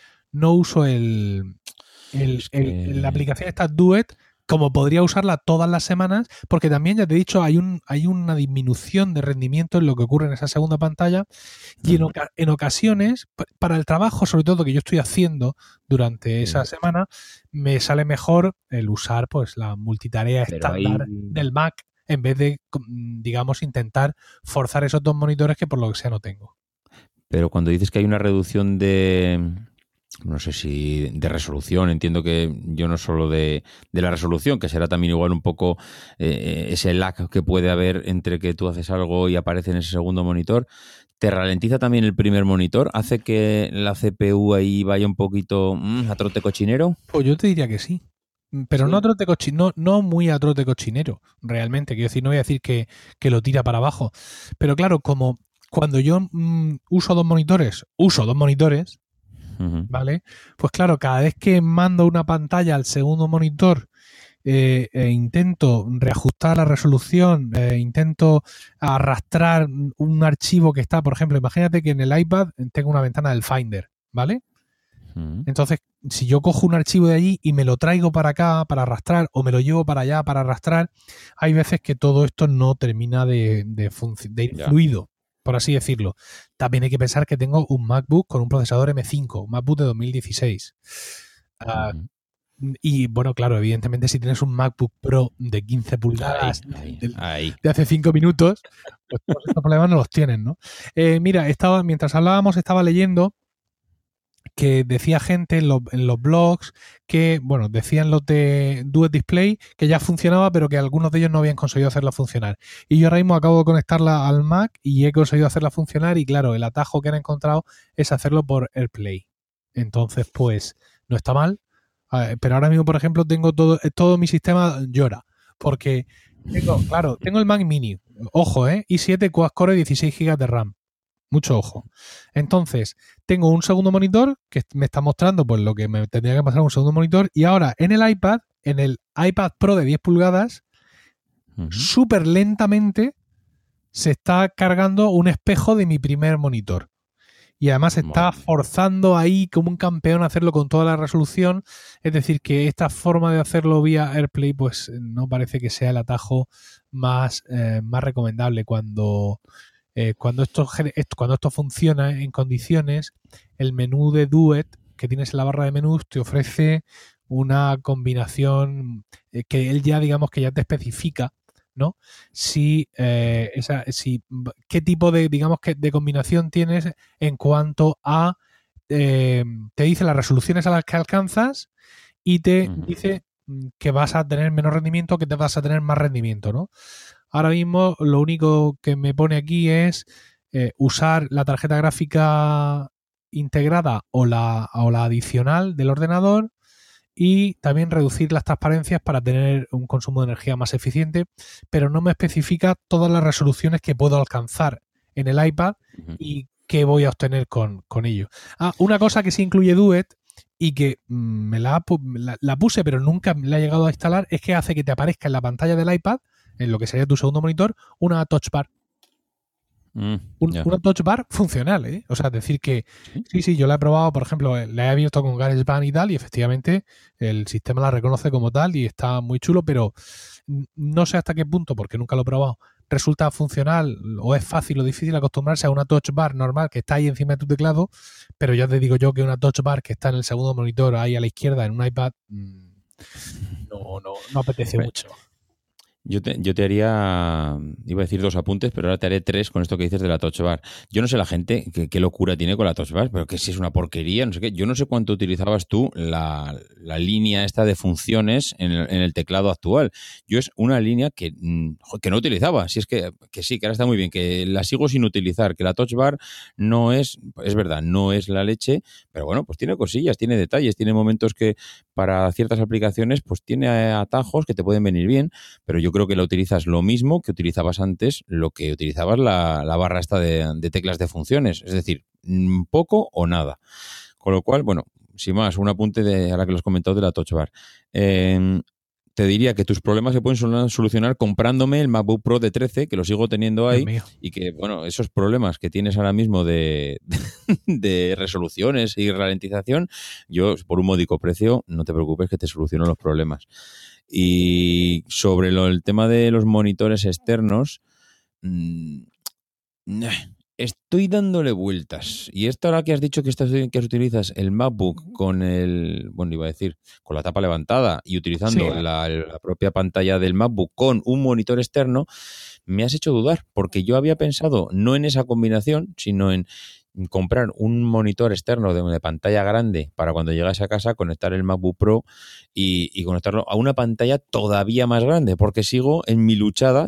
la aplicación esta Duet, como podría usarla todas las semanas, porque también, ya te he dicho, hay una disminución de rendimiento en lo que ocurre en esa segunda pantalla, y en ocasiones, para el trabajo sobre todo que yo estoy haciendo durante esa semana, me sale mejor el usar pues la multitarea estándar del Mac, en vez de, digamos, intentar forzar esos dos monitores que por lo que sea no tengo. Pero cuando dices que hay una reducción no sé si de resolución, entiendo que yo no solo de la resolución, que será también igual un poco ese lag que puede haber entre que tú haces algo y aparece en ese segundo monitor, ¿te ralentiza también el primer monitor? ¿Hace que la CPU ahí vaya un poquito a trote cochinero? Pues yo te diría que sí. Pero sí, no a trote cochinero, no muy a trote cochinero, realmente. Quiero decir, no voy a decir que lo tira para abajo. Pero claro, como cuando yo uso dos monitores, ¿vale? Pues claro, cada vez que mando una pantalla al segundo monitor, intento reajustar la resolución, intento arrastrar un archivo que está, por ejemplo, imagínate que en el iPad tengo una ventana del Finder, ¿vale? Entonces, si yo cojo un archivo de allí y me lo traigo para acá para arrastrar, o me lo llevo para allá para arrastrar, hay veces que todo esto no termina de ir fluido, por así decirlo. También hay que pensar que tengo un MacBook con un procesador M5, un MacBook de 2016. Y bueno, claro, evidentemente si tienes un MacBook Pro de 15 pulgadas de hace 5 minutos, pues todos estos problemas no los tienes, ¿no? Mira, mientras hablábamos estaba leyendo que decía gente en los blogs que, bueno, decían los de Duet Display que ya funcionaba, pero que algunos de ellos no habían conseguido hacerla funcionar. Y yo ahora mismo acabo de conectarla al Mac y he conseguido hacerla funcionar y claro, el atajo que han encontrado es hacerlo por AirPlay. Entonces, pues, no está mal. Pero ahora mismo, por ejemplo, tengo todo mi sistema llora. Porque tengo el Mac Mini. Ojo, i7 Quad-Core 16 GB de RAM. Mucho ojo. Entonces, tengo un segundo monitor que me está mostrando pues lo que me tendría que pasar un segundo monitor y ahora en el iPad Pro de 10 pulgadas, súper lentamente se está cargando un espejo de mi primer monitor. Y además está forzando ahí como un campeón a hacerlo con toda la resolución. Es decir, que esta forma de hacerlo vía AirPlay pues no parece que sea el atajo más recomendable cuando esto funciona en condiciones. El menú de Duet que tienes en la barra de menús te ofrece una combinación que él ya, digamos, que ya te especifica, ¿no? Qué tipo de, digamos, de combinación tienes en cuanto a te dice las resoluciones a las que alcanzas y te dice que vas a tener menos rendimiento, que te vas a tener más rendimiento, ¿no? Ahora mismo lo único que me pone aquí es usar la tarjeta gráfica integrada o la adicional del ordenador y también reducir las transparencias para tener un consumo de energía más eficiente, pero no me especifica todas las resoluciones que puedo alcanzar en el iPad y qué voy a obtener con ello. Una cosa que sí incluye Duet y que me la puse pero nunca la he llegado a instalar es que hace que te aparezca en la pantalla del iPad, en lo que sería tu segundo monitor, una touch bar. Una touch bar funcional, ¿eh? O sea, es decir que sí, yo la he probado, por ejemplo, la he abierto con GarageBand y tal, y efectivamente el sistema la reconoce como tal y está muy chulo, pero no sé hasta qué punto, porque nunca lo he probado, resulta funcional o es fácil o difícil acostumbrarse a una touch bar normal que está ahí encima de tu teclado, pero ya te digo yo que una touch bar que está en el segundo monitor ahí a la izquierda en un iPad no apetece mucho. Yo te haría, iba a decir 2 apuntes, pero ahora te haré 3 con esto que dices de la Touch Bar. Yo no sé la gente qué locura tiene con la Touch Bar, pero que si es una porquería, no sé qué. Yo no sé cuánto utilizabas tú la línea esta de funciones en el teclado actual. Yo es una línea que no utilizaba. Si es que sí, que ahora está muy bien, que la sigo sin utilizar, que la Touch Bar no es verdad, no es la leche, pero bueno, pues tiene cosillas, tiene detalles, tiene momentos que para ciertas aplicaciones pues tiene atajos que te pueden venir bien, pero yo creo que la utilizas lo mismo que utilizabas antes, lo que utilizabas la barra esta de teclas de funciones, es decir, poco o nada. Con lo cual, bueno, sin más, un apunte ahora que lo has comentado de la Touch Bar. Te diría que tus problemas se pueden solucionar comprándome el MacBook Pro de 13, que lo sigo teniendo ahí, y que, bueno, esos problemas que tienes ahora mismo de resoluciones y ralentización, yo, por un módico precio, no te preocupes que te soluciono los problemas. Y sobre el tema de los monitores externos, estoy dándole vueltas. Y esto ahora que has dicho que utilizas el MacBook con con la tapa levantada y utilizando la propia pantalla del MacBook con un monitor externo, me has hecho dudar, porque yo había pensado no en esa combinación, sino en comprar un monitor externo de pantalla grande para cuando llegase a casa conectar el MacBook Pro y conectarlo a una pantalla todavía más grande, porque sigo en mi lucha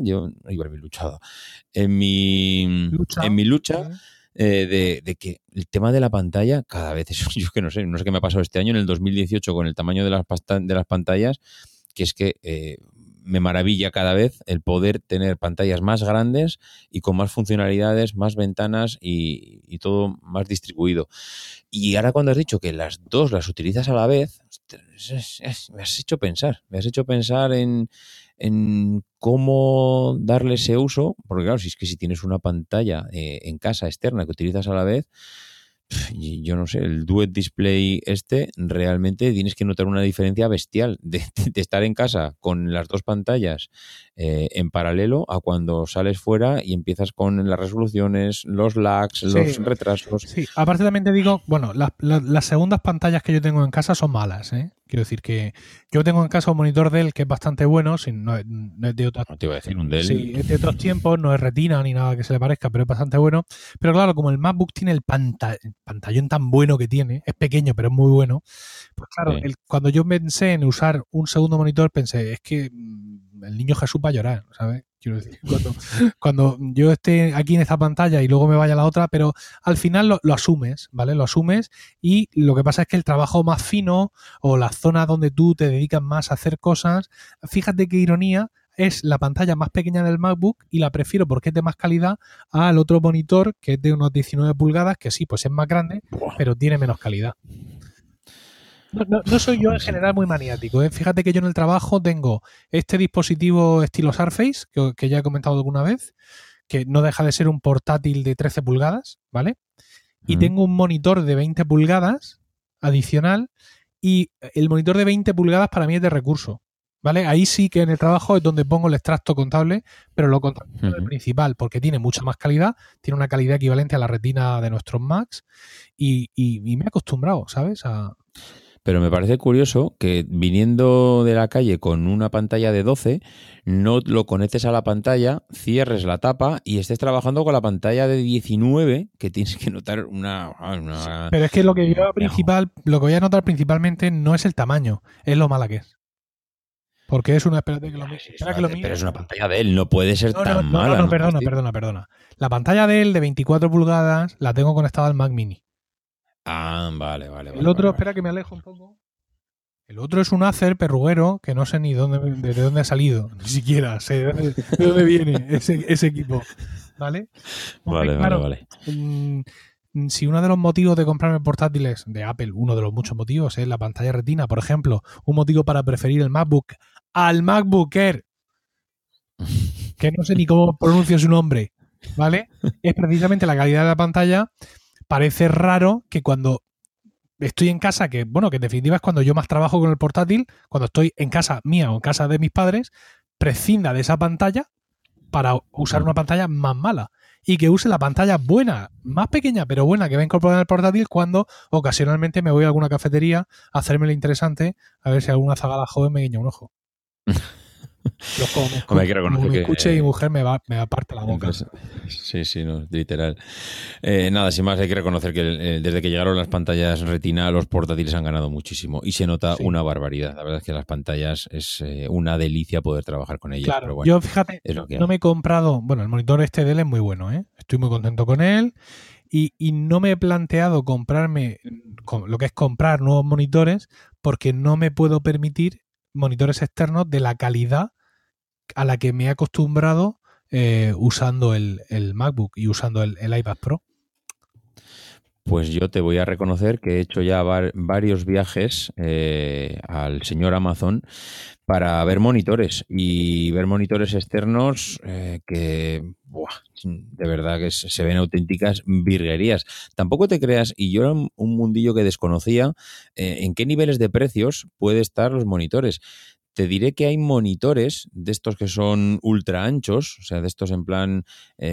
de que el tema de la pantalla cada vez yo que no sé qué me ha pasado este año en el 2018 con el tamaño de las pantallas, que es que me maravilla cada vez el poder tener pantallas más grandes y con más funcionalidades, más ventanas y todo más distribuido. Y ahora cuando has dicho que las dos las utilizas a la vez, me has hecho pensar en cómo darle ese uso, porque claro, si tienes una pantalla en casa externa que utilizas a la vez, yo no sé, el Duet Display realmente tienes que notar una diferencia bestial de estar en casa con las dos pantallas en paralelo a cuando sales fuera y empiezas con las resoluciones, los lags, los retrasos. Sí, aparte también te digo, bueno, las segundas pantallas que yo tengo en casa son malas, Quiero decir que yo tengo en casa un monitor Dell que es bastante bueno, no es de otros, no te iba a decir un Dell. Sí, es de otros tiempos, no es retina ni nada que se le parezca, pero es bastante bueno. Pero claro, como el MacBook tiene el pantallón tan bueno que tiene, es pequeño pero es muy bueno, pues claro, Sí. cuando yo pensé en usar un segundo monitor, pensé, es que el niño Jesús va a llorar, ¿sabes? Quiero decir, cuando yo esté aquí en esta pantalla y luego me vaya a la otra, pero al final lo asumes, ¿vale? Lo asumes y lo que pasa es que el trabajo más fino o las zonas donde tú te dedicas más a hacer cosas, fíjate qué ironía, es la pantalla más pequeña del MacBook y la prefiero porque es de más calidad al otro monitor que es de unos 19 pulgadas, que sí, pues es más grande, pero tiene menos calidad. No soy yo en general muy maniático, ¿eh? Fíjate que yo en el trabajo tengo este dispositivo estilo Surface, que ya he comentado alguna vez, que no deja de ser un portátil de 13 pulgadas, ¿vale? Y tengo un monitor de 20 pulgadas adicional y el monitor de 20 pulgadas para mí es de recurso, ¿vale? Ahí sí que en el trabajo es donde pongo el extracto contable, pero lo contable es el principal porque tiene mucha más calidad, tiene una calidad equivalente a la retina de nuestros Macs y me he acostumbrado, ¿sabes? Pero me parece curioso que viniendo de la calle con una pantalla de 12, no lo conectes a la pantalla, cierres la tapa y estés trabajando con la pantalla de 19, que tienes que notar una... Pero es que lo que voy a notar principalmente no es el tamaño, es lo mala que es. Porque es una... Espérate que lo mire. Pero es una pantalla de él, no puede ser tan mala. No, perdona. La pantalla de él de 24 pulgadas la tengo conectada al Mac Mini. Ah, vale. El otro, espera que me alejo un poco. El otro es un Acer perruguero que no sé ni de dónde ha salido, ni siquiera sé de dónde viene ese equipo. ¿Vale? Vale. Si uno de los motivos de comprarme portátiles de Apple, uno de los muchos motivos es la pantalla retina, por ejemplo, un motivo para preferir el MacBook al MacBook Air, que no sé ni cómo pronuncio su nombre, ¿vale? Es precisamente la calidad de la pantalla. Parece raro que cuando estoy en casa, que en definitiva es cuando yo más trabajo con el portátil, cuando estoy en casa mía o en casa de mis padres, prescinda de esa pantalla para usar una pantalla más mala y que use la pantalla buena, más pequeña pero buena que va a incorporar en el portátil cuando ocasionalmente me voy a alguna cafetería a hacerme lo interesante a ver si alguna zagala joven me guiña un ojo. Como me escuche mi mujer me va a parte la boca. Sí, no, literal. Nada, sin más, hay que reconocer que desde que llegaron las pantallas retina, los portátiles han ganado muchísimo y se nota una barbaridad. La verdad es que las pantallas es una delicia poder trabajar con ellas. Claro, pero bueno, yo fíjate, no me he comprado, el monitor este de él es muy bueno, ¿eh? Estoy muy contento con él y no me he planteado comprarme lo que es comprar nuevos monitores porque no me puedo permitir monitores externos de la calidad a la que me he acostumbrado usando el MacBook y usando el iPad Pro. Pues yo te voy a reconocer que he hecho ya varios viajes al señor Amazon para ver monitores y ver monitores externos que de verdad que se ven auténticas virguerías. Tampoco te creas, y yo era un mundillo que desconocía en qué niveles de precios puede estar los monitores. Te diré que hay monitores de estos que son ultra anchos, o sea, de estos en plan,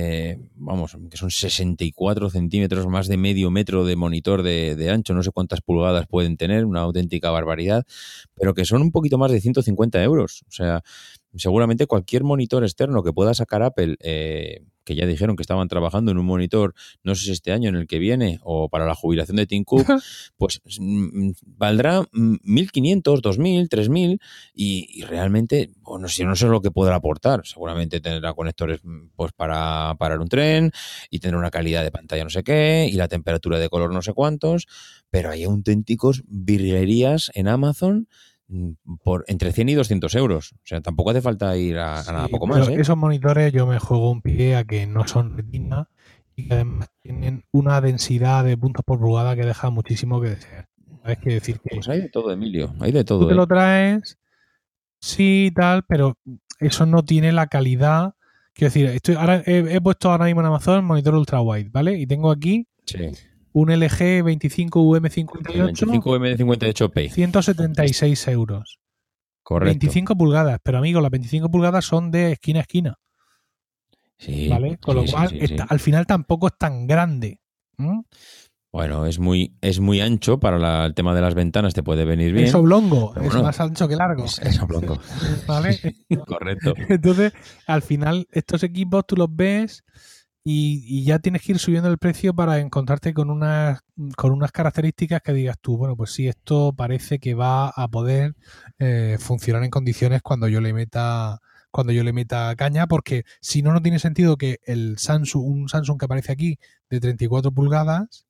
que son 64 centímetros, más de medio metro de monitor de ancho, no sé cuántas pulgadas pueden tener, una auténtica barbaridad, pero que son un poquito más de 150 euros. O sea, seguramente cualquier monitor externo que pueda sacar Apple, que ya dijeron que estaban trabajando en un monitor, no sé si este año, en el que viene, o para la jubilación de Tim Cook, pues valdrá 1.500, 2.000, 3.000 y realmente, no sé lo que podrá aportar. Seguramente tendrá conectores pues para parar un tren y tendrá una calidad de pantalla no sé qué y la temperatura de color no sé cuántos, pero hay auténticos virguerías en Amazon por entre 100 y 200 euros. O sea, tampoco hace falta ir a nada poco más. Esos monitores yo me juego un pie a que no son retina y que además tienen una densidad de puntos por pulgada que deja muchísimo que desear. ¿Sabes qué decir? Que pues hay de todo, Emilio. Hay de todo. Tú te lo traes, sí, tal, pero eso no tiene la calidad. Quiero decir, ahora he puesto ahora mismo en Amazon monitor ultra wide, ¿vale? Y tengo aquí un LG 25UM58. 25UM58P. 176 euros. Correcto. 25 pulgadas, pero amigo, las 25 pulgadas son de esquina a esquina. Sí. ¿Vale? Con lo cual, al final tampoco es tan grande. Bueno, es muy ancho para el tema de las ventanas, te puede venir bien. Es oblongo, es más ancho que largo. Es oblongo. ¿Vale? Correcto. Entonces, al final, estos equipos tú los ves y ya tienes que ir subiendo el precio para encontrarte con unas características que digas tú, bueno, pues sí, esto parece que va a poder funcionar en condiciones cuando yo le meta caña, porque si no, no tiene sentido que un Samsung que aparece aquí de 34 pulgadas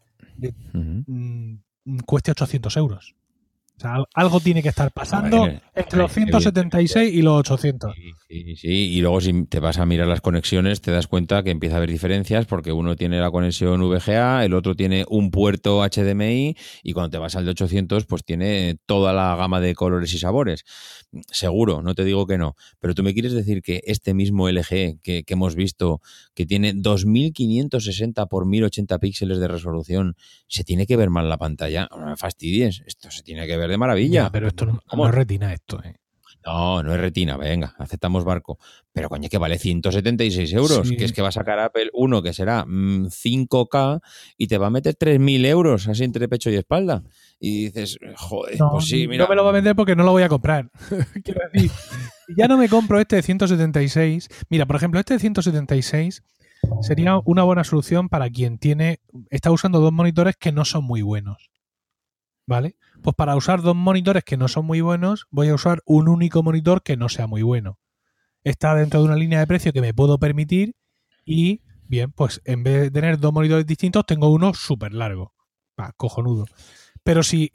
cueste 800 euros. O sea, algo tiene que estar pasando entre los 176 y los 800. Sí. Y luego si te vas a mirar las conexiones te das cuenta que empieza a haber diferencias porque uno tiene la conexión VGA, el otro tiene un puerto HDMI y cuando te vas al de 800 pues tiene toda la gama de colores y sabores. Seguro, no te digo que no. Pero tú me quieres decir que este mismo LG que hemos visto, que tiene 2560 por 1080 píxeles de resolución, se tiene que ver mal la pantalla. No me fastidies, esto se tiene que ver de maravilla. Ya, pero esto no es retina, esto. No es retina, venga, aceptamos barco. Pero coño, que vale 176 euros, sí. Que es que va a sacar Apple uno que será 5K y te va a meter 3.000 euros así entre pecho y espalda. Y dices, joder, pues sí, mira. No me lo va a vender porque no lo voy a comprar. Quiero decir, ya no me compro este de 176. Mira, por ejemplo, este de 176 sería una buena solución para quien está usando dos monitores que no son muy buenos. ¿Vale? Pues para usar dos monitores que no son muy buenos, voy a usar un único monitor que no sea muy bueno. Está dentro de una línea de precio que me puedo permitir y, bien, pues en vez de tener dos monitores distintos, tengo uno súper largo. Cojonudo. Pero si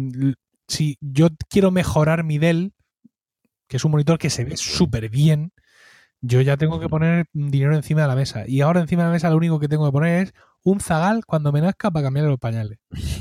yo quiero mejorar mi Dell, que es un monitor que se ve súper bien, yo ya tengo que poner dinero encima de la mesa. Y ahora encima de la mesa lo único que tengo que poner es un zagal cuando me nazca para cambiarle los pañales.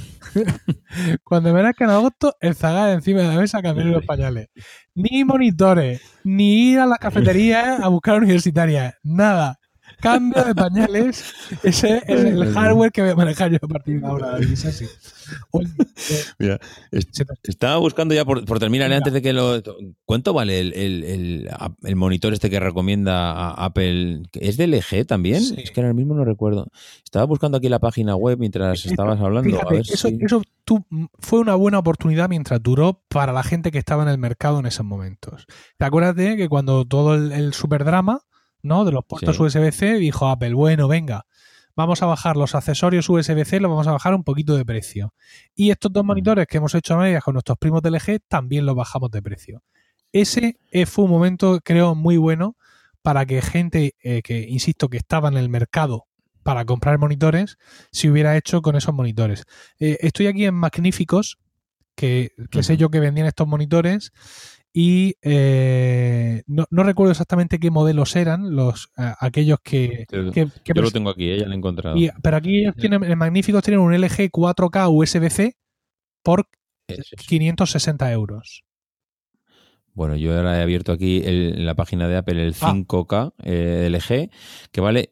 Cuando me nazca en agosto, el zagal encima de la mesa a cambiarle los pañales. Ni monitores, ni ir a la cafetería a buscar universitarias. Nada. Cambio de pañales. Ese es el hardware que voy a manejar yo a partir de ahora. Es así. Oye, mira, estaba buscando ya por terminar antes de que ¿Cuánto vale el monitor este que recomienda a Apple? ¿Es de LG también? Sí. Es que ahora mismo no recuerdo. Estaba buscando aquí la página web mientras estabas hablando. Fíjate, a ver eso fue una buena oportunidad mientras duró para la gente que estaba en el mercado en esos momentos. ¿Te acuerdas de que cuando todo el superdrama, ¿no?, de los puertos USB-C, dijo Apple, bueno, venga, vamos a bajar los accesorios USB-C, los vamos a bajar un poquito de precio. Y estos dos monitores que hemos hecho a medias con nuestros primos de LG también los bajamos de precio. Ese fue un momento, creo, muy bueno para que gente que, insisto, que estaba en el mercado para comprar monitores, se hubiera hecho con esos monitores. Estoy aquí en Magníficos, que sé yo que vendían estos monitores, y no recuerdo exactamente qué modelos eran aquellos que... yo lo tengo aquí, ya lo he encontrado. Pero aquí ellos en Magníficos tienen un LG 4K USB-C por 560 euros. Bueno, yo ahora he abierto aquí en la página de Apple el 5K LG, que vale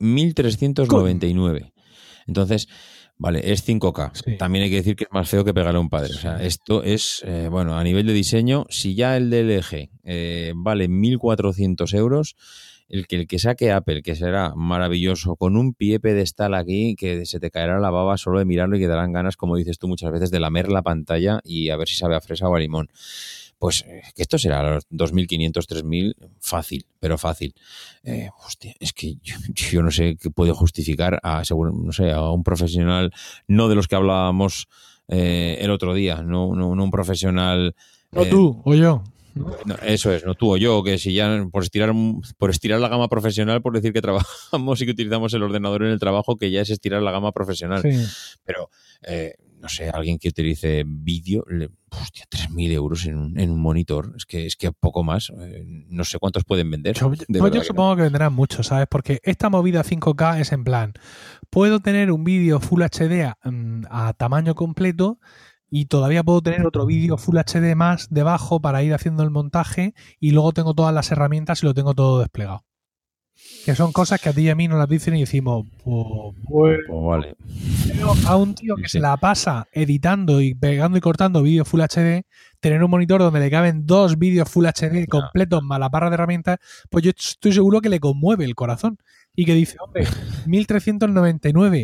1.399. Entonces, vale, es 5K. Sí. También hay que decir que es más feo que pegarle a un padre. O sea, esto es, bueno, a nivel de diseño, si ya el de LG vale 1.400 euros, el que saque Apple, que será maravilloso, con un pie pedestal aquí, que se te caerá la baba solo de mirarlo y que te darán ganas, como dices tú muchas veces, de lamer la pantalla y a ver si sabe a fresa o a limón. Pues que esto será a los 2.500, 3.000, fácil, pero fácil. Hostia, es que yo no sé qué puede justificar a un profesional, no de los que hablábamos el otro día, no un profesional... No tú o yo. No, eso es, no tú o yo, que si ya por estirar la gama profesional, por decir que trabajamos y que utilizamos el ordenador en el trabajo, que ya es estirar la gama profesional. Sí. Pero... no sé, alguien que utilice vídeo, hostia, 3.000 euros en un monitor, es que poco más, no sé cuántos pueden vender. Yo supongo que vendrán muchos, ¿sabes? Porque esta movida 5K es en plan, puedo tener un vídeo Full HD a tamaño completo y todavía puedo tener otro vídeo Full HD más debajo para ir haciendo el montaje y luego tengo todas las herramientas y lo tengo todo desplegado. Que son cosas que a ti y a mí nos las dicen y decimos, pues vale. Pero a un tío que se la pasa editando y pegando y cortando vídeos Full HD, tener un monitor donde le caben dos vídeos Full HD completos más la barra de herramientas, pues yo estoy seguro que le conmueve el corazón. Y que dice, hombre, 1.399,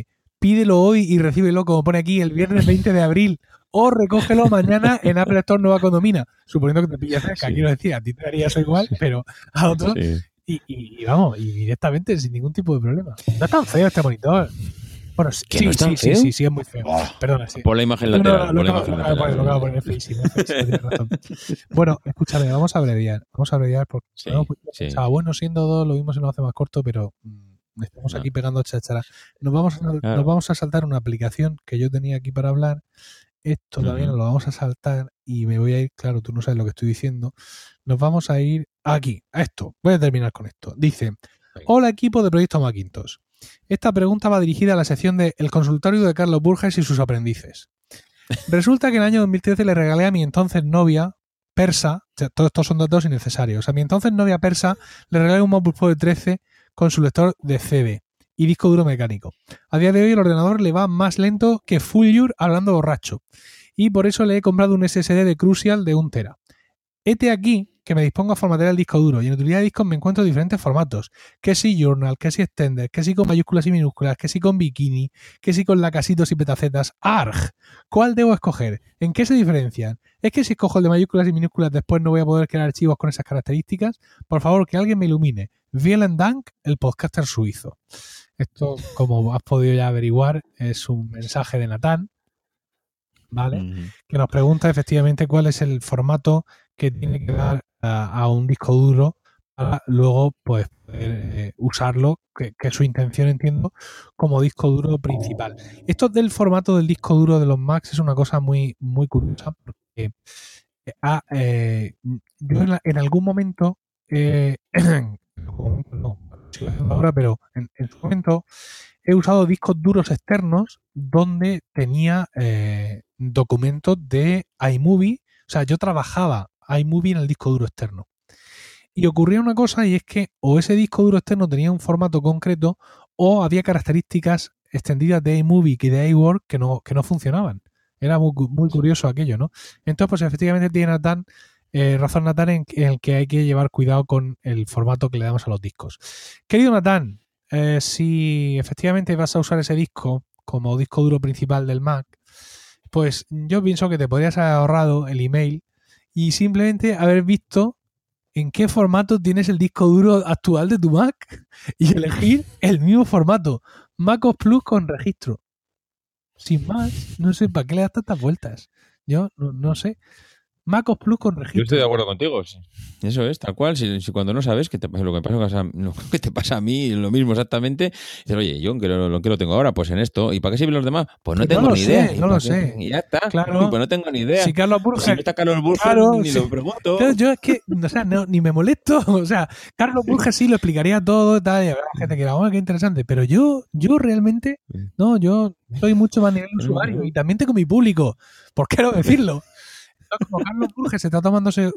pídelo hoy y recíbelo, como pone aquí, el viernes 20 de abril. O recógelo mañana en Apple Store Nueva Condomina. Suponiendo que te pillas cerca, quiero decir, a ti te haría eso igual, pero a otros... Sí. Y vamos, y directamente, sin ningún tipo de problema. No es tan feo este monitor. Bueno, sí, es muy feo. Perdona, sí. Pon la imagen lateral. Lo acabo de poner feísimo, tienes razón. Bueno, escúchame, vamos a abreviar porque bueno, siendo dos, lo mismo se nos hace más corto, pero estamos aquí pegando cháchara. Nos vamos a saltar una aplicación que yo tenía aquí para hablar. Esto también nos lo vamos a saltar y me voy a ir, claro, tú no sabes lo que estoy diciendo. Nos vamos a ir aquí, a esto. Voy a terminar con esto. Dice, hola equipo de Proyecto Macintosh. Esta pregunta va dirigida a la sección de El consultorio de Carlos Burges y sus aprendices. Resulta que en el año 2013 le regalé a mi entonces novia persa, o sea, todos estos son datos innecesarios, a mi entonces novia persa le regalé un MacBook Pro de 13 con su lector de CD y disco duro mecánico. A día de hoy el ordenador le va más lento que Fulgur hablando borracho y por eso le he comprado un SSD de Crucial de 1 tera. Hete aquí que me dispongo a formatear el disco duro y en utilidad de discos me encuentro diferentes formatos, que si Journal, que si Extended, que si con mayúsculas y minúsculas, que si con Bikini, que si con lacasitos y petacetas. ¡Arg! ¿Cuál debo escoger? ¿En qué se diferencian? ¿Es que si escojo el de mayúsculas y minúsculas después no voy a poder crear archivos con esas características? Por favor, que alguien me ilumine. Vielen Dank, el podcaster suizo. Esto, como has podido ya averiguar, es un mensaje de Natán, ¿vale? Que nos pregunta efectivamente cuál es el formato que tiene que dar a un disco duro para luego pues poder usarlo, que es su intención, entiendo, como disco duro principal. Esto del formato del disco duro de los Macs es una cosa muy, muy curiosa porque yo en algún momento no, ahora, pero en su momento he usado discos duros externos donde tenía documentos de iMovie. O sea, yo trabajaba iMovie en el disco duro externo. Y ocurría una cosa, y es que o ese disco duro externo tenía un formato concreto o había características extendidas de iMovie y de iWork que no funcionaban. Era muy, muy curioso aquello, ¿no? Entonces, pues efectivamente tiene razón Natán en el que hay que llevar cuidado con el formato que le damos a los discos. Querido Natán, si efectivamente vas a usar ese disco como disco duro principal del Mac, pues yo pienso que te podrías haber ahorrado el email y simplemente haber visto en qué formato tienes el disco duro actual de tu Mac y elegir el mismo formato, MacOS Plus con registro. Sin más, no sé, ¿para qué le das tantas vueltas? Yo no sé. MacOS Plus con registro. Yo estoy de acuerdo contigo. Sí. Eso es, tal cual. Si cuando no sabes lo que te pasa a mí, lo mismo exactamente, dices, oye, yo que lo tengo ahora, pues en esto. ¿Y para qué sirven los demás? Pues no tengo ni idea. No lo sé. Y ya está. Claro. Pues no tengo ni idea. Si Carlos Burges, si no está Carlos Burges, claro, ni lo pregunto. Claro, yo es que, o sea, ni me molesto. O sea, Carlos Burges sí lo explicaría todo, tal, y habrá gente que dirá, qué interesante. Pero yo realmente, no, yo soy mucho más nivel de usuario y también tengo mi público. ¿Por qué no decirlo? Como Carlos Burges está tomándose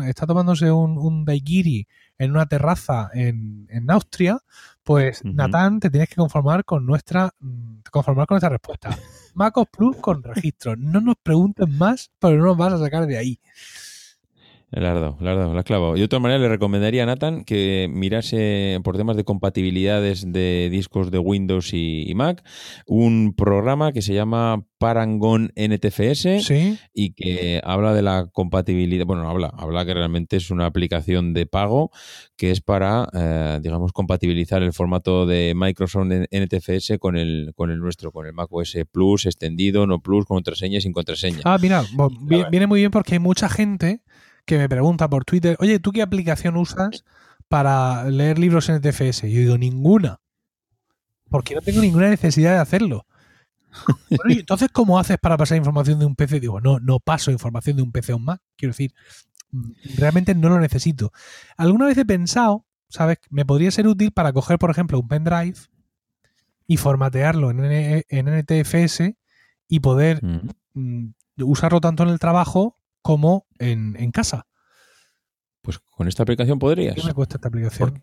un daiquiri en una terraza en Austria, pues Natán, te tienes que conformar con nuestra respuesta. MacOS Plus con registro. No nos preguntes más, pero no nos vas a sacar de ahí. Lardo, la has clavado. Yo de todas maneras le recomendaría a Nathan que mirase por temas de compatibilidades de discos de Windows y Mac un programa que se llama Parangon NTFS. ¿Sí? Y que habla de la compatibilidad. Bueno, habla que realmente es una aplicación de pago que es para, digamos, compatibilizar el formato de Microsoft NTFS con el nuestro, con el macOS Plus extendido, no Plus, con contraseña y sin contraseña. Ah, mira, viene muy bien porque hay mucha gente que me pregunta por Twitter, oye, ¿tú qué aplicación usas para leer libros en NTFS? Yo digo, ninguna. Porque no tengo ninguna necesidad de hacerlo. Bueno, y entonces, ¿cómo haces para pasar información de un PC? Digo, no paso información de un PC a un Mac. Quiero decir, realmente no lo necesito. Alguna vez he pensado, ¿sabes? Me podría ser útil para coger, por ejemplo, un pendrive y formatearlo en NTFS y poder usarlo tanto en el trabajo como en casa. Pues con esta aplicación podrías. ¿Qué me cuesta esta aplicación?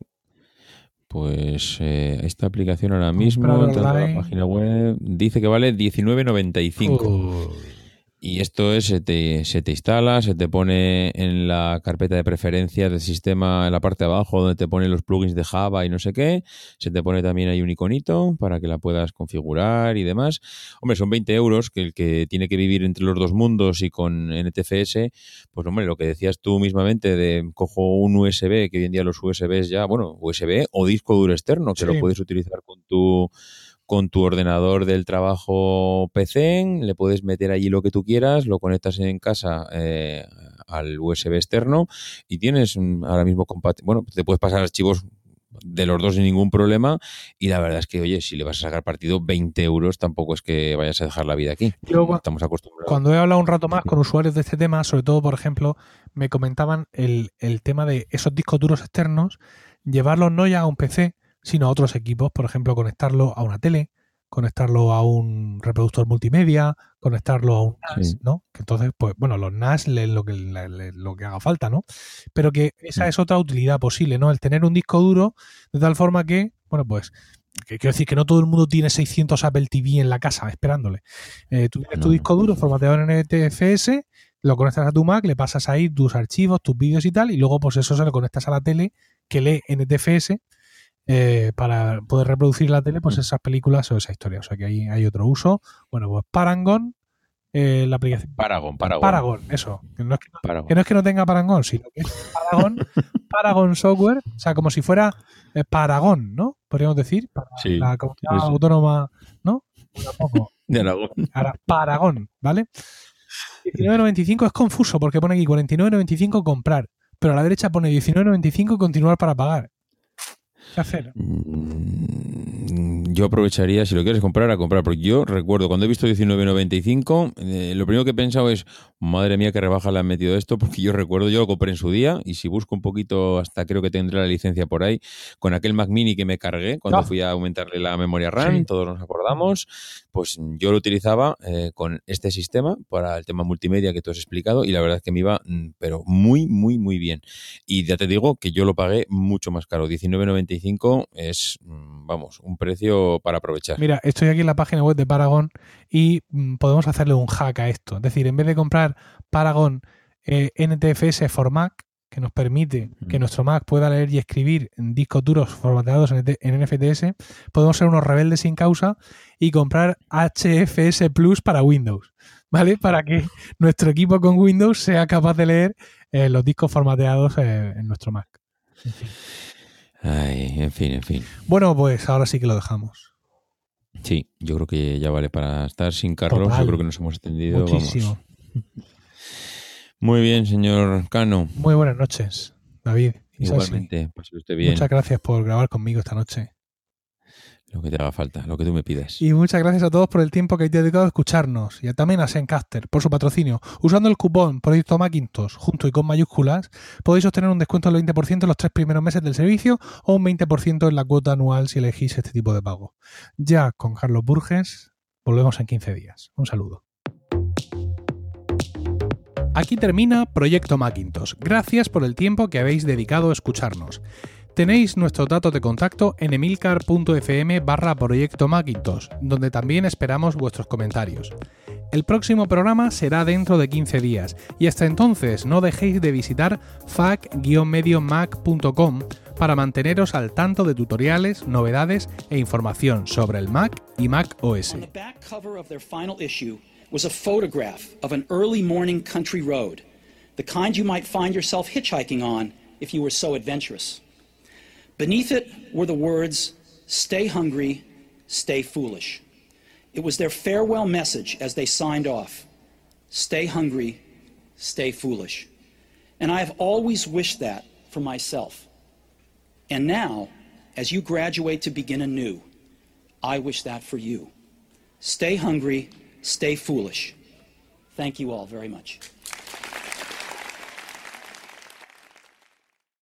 Pues esta aplicación ahora mismo, entrando a la página web, dice que vale $19.95. Y esto es, se te instala, se te pone en la carpeta de preferencias del sistema en la parte de abajo donde te ponen los plugins de Java y no sé qué. Se te pone también ahí un iconito para que la puedas configurar y demás. Hombre, son 20 euros que el que tiene que vivir entre los dos mundos y con NTFS, pues hombre, lo que decías tú mismamente de cojo un USB, que hoy en día los USBs ya, bueno, USB o disco duro externo, que lo puedes utilizar con tu ordenador del trabajo PC, le puedes meter allí lo que tú quieras, lo conectas en casa al USB externo y tienes ahora mismo bueno, te puedes pasar archivos de los dos sin ningún problema y la verdad es que, oye, si le vas a sacar partido 20 euros, tampoco es que vayas a dejar la vida aquí. Estamos acostumbrados. Cuando he hablado un rato más con usuarios de este tema, sobre todo, por ejemplo, me comentaban el tema de esos discos duros externos, llevarlos no ya a un PC, sino a otros equipos, por ejemplo, conectarlo a una tele, conectarlo a un reproductor multimedia, conectarlo a un NAS, ¿no? Que entonces, pues, bueno, los NAS lo que haga falta, ¿no? Pero que esa es otra utilidad posible, ¿no? El tener un disco duro de tal forma que, bueno, pues, que quiero decir que no todo el mundo tiene 600 Apple TV en la casa esperándole. Tú tienes tu disco duro formateado en NTFS, lo conectas a tu Mac, le pasas ahí tus archivos, tus vídeos y tal, y luego pues eso se lo conectas a la tele que lee NTFS para poder reproducir la tele pues esas películas o esa historia. O sea que ahí hay otro uso. Bueno, pues Parangon, la aplicación. Paragon, eso. Que no es que no tenga Parangon, sino que es Paragon Software, o sea, como si fuera Paragon, ¿no? Podríamos decir, para la comunidad autónoma, ¿no? Tampoco. De Aragón. Ahora, Paragon, ¿vale? 19.95 es confuso porque pone aquí 49.95 comprar, pero a la derecha pone 19.95 continuar para pagar. ¿Qué hacer? Yo aprovecharía, si lo quieres comprar, a comprar, porque yo recuerdo cuando he visto 19.95, lo primero que he pensado es, madre mía, qué rebaja le han metido esto, porque yo recuerdo, yo lo compré en su día, y si busco un poquito, hasta creo que tendré la licencia por ahí, con aquel Mac Mini que me cargué cuando fui a aumentarle la memoria RAM, todos nos acordamos, pues yo lo utilizaba con este sistema para el tema multimedia que tú has explicado, y la verdad es que me iba, pero muy, muy, muy bien. Y ya te digo que yo lo pagué mucho más caro, 19.95 es, vamos, un precio para aprovechar. Mira, estoy aquí en la página web de Paragon y podemos hacerle un hack a esto. Es decir, en vez de comprar Paragon NTFS for Mac, que nos permite que nuestro Mac pueda leer y escribir en discos duros formateados en NFTs, podemos ser unos rebeldes sin causa y comprar HFS Plus para Windows, ¿vale? Para que nuestro equipo con Windows sea capaz de leer los discos formateados en nuestro Mac. En fin. Ay, en fin. Bueno, pues ahora sí que lo dejamos. Sí, yo creo que ya vale para estar sin Carlos. Total. Yo creo que nos hemos extendido. Muchísimo. Vamos. Muy bien, señor Cano. Muy buenas noches, David. Igualmente, pase usted bien. Muchas gracias por grabar conmigo esta noche. Lo que te haga falta, lo que tú me pidas. Y muchas gracias a todos por el tiempo que habéis dedicado a escucharnos y también a Zencaster por su patrocinio. Usando el cupón Proyecto Macintosh junto y con mayúsculas podéis obtener un descuento del 20% en los 3 primeros meses del servicio o un 20% en la cuota anual si elegís este tipo de pago. Ya con Carlos Burges volvemos en 15 días. Un saludo. Aquí termina Proyecto Macintosh. Gracias por el tiempo que habéis dedicado a escucharnos. Tenéis nuestros datos de contacto en emilcar.fm/Proyecto Macintosh, donde también esperamos vuestros comentarios. El próximo programa será dentro de 15 días y hasta entonces no dejéis de visitar fac-mediomac.com para manteneros al tanto de tutoriales, novedades e información sobre el Mac y Mac OS. On the back cover of their final issue was a photograph of an early morning country road, the kind you might find yourself hitchhiking on if you were so adventurous. Beneath it were the words, "Stay hungry, stay foolish." It was their farewell message as they signed off. Stay hungry, stay foolish. And I have always wished that for myself. And now, as you graduate to begin anew, I wish that for you. Stay hungry, stay foolish. Thank you all very much.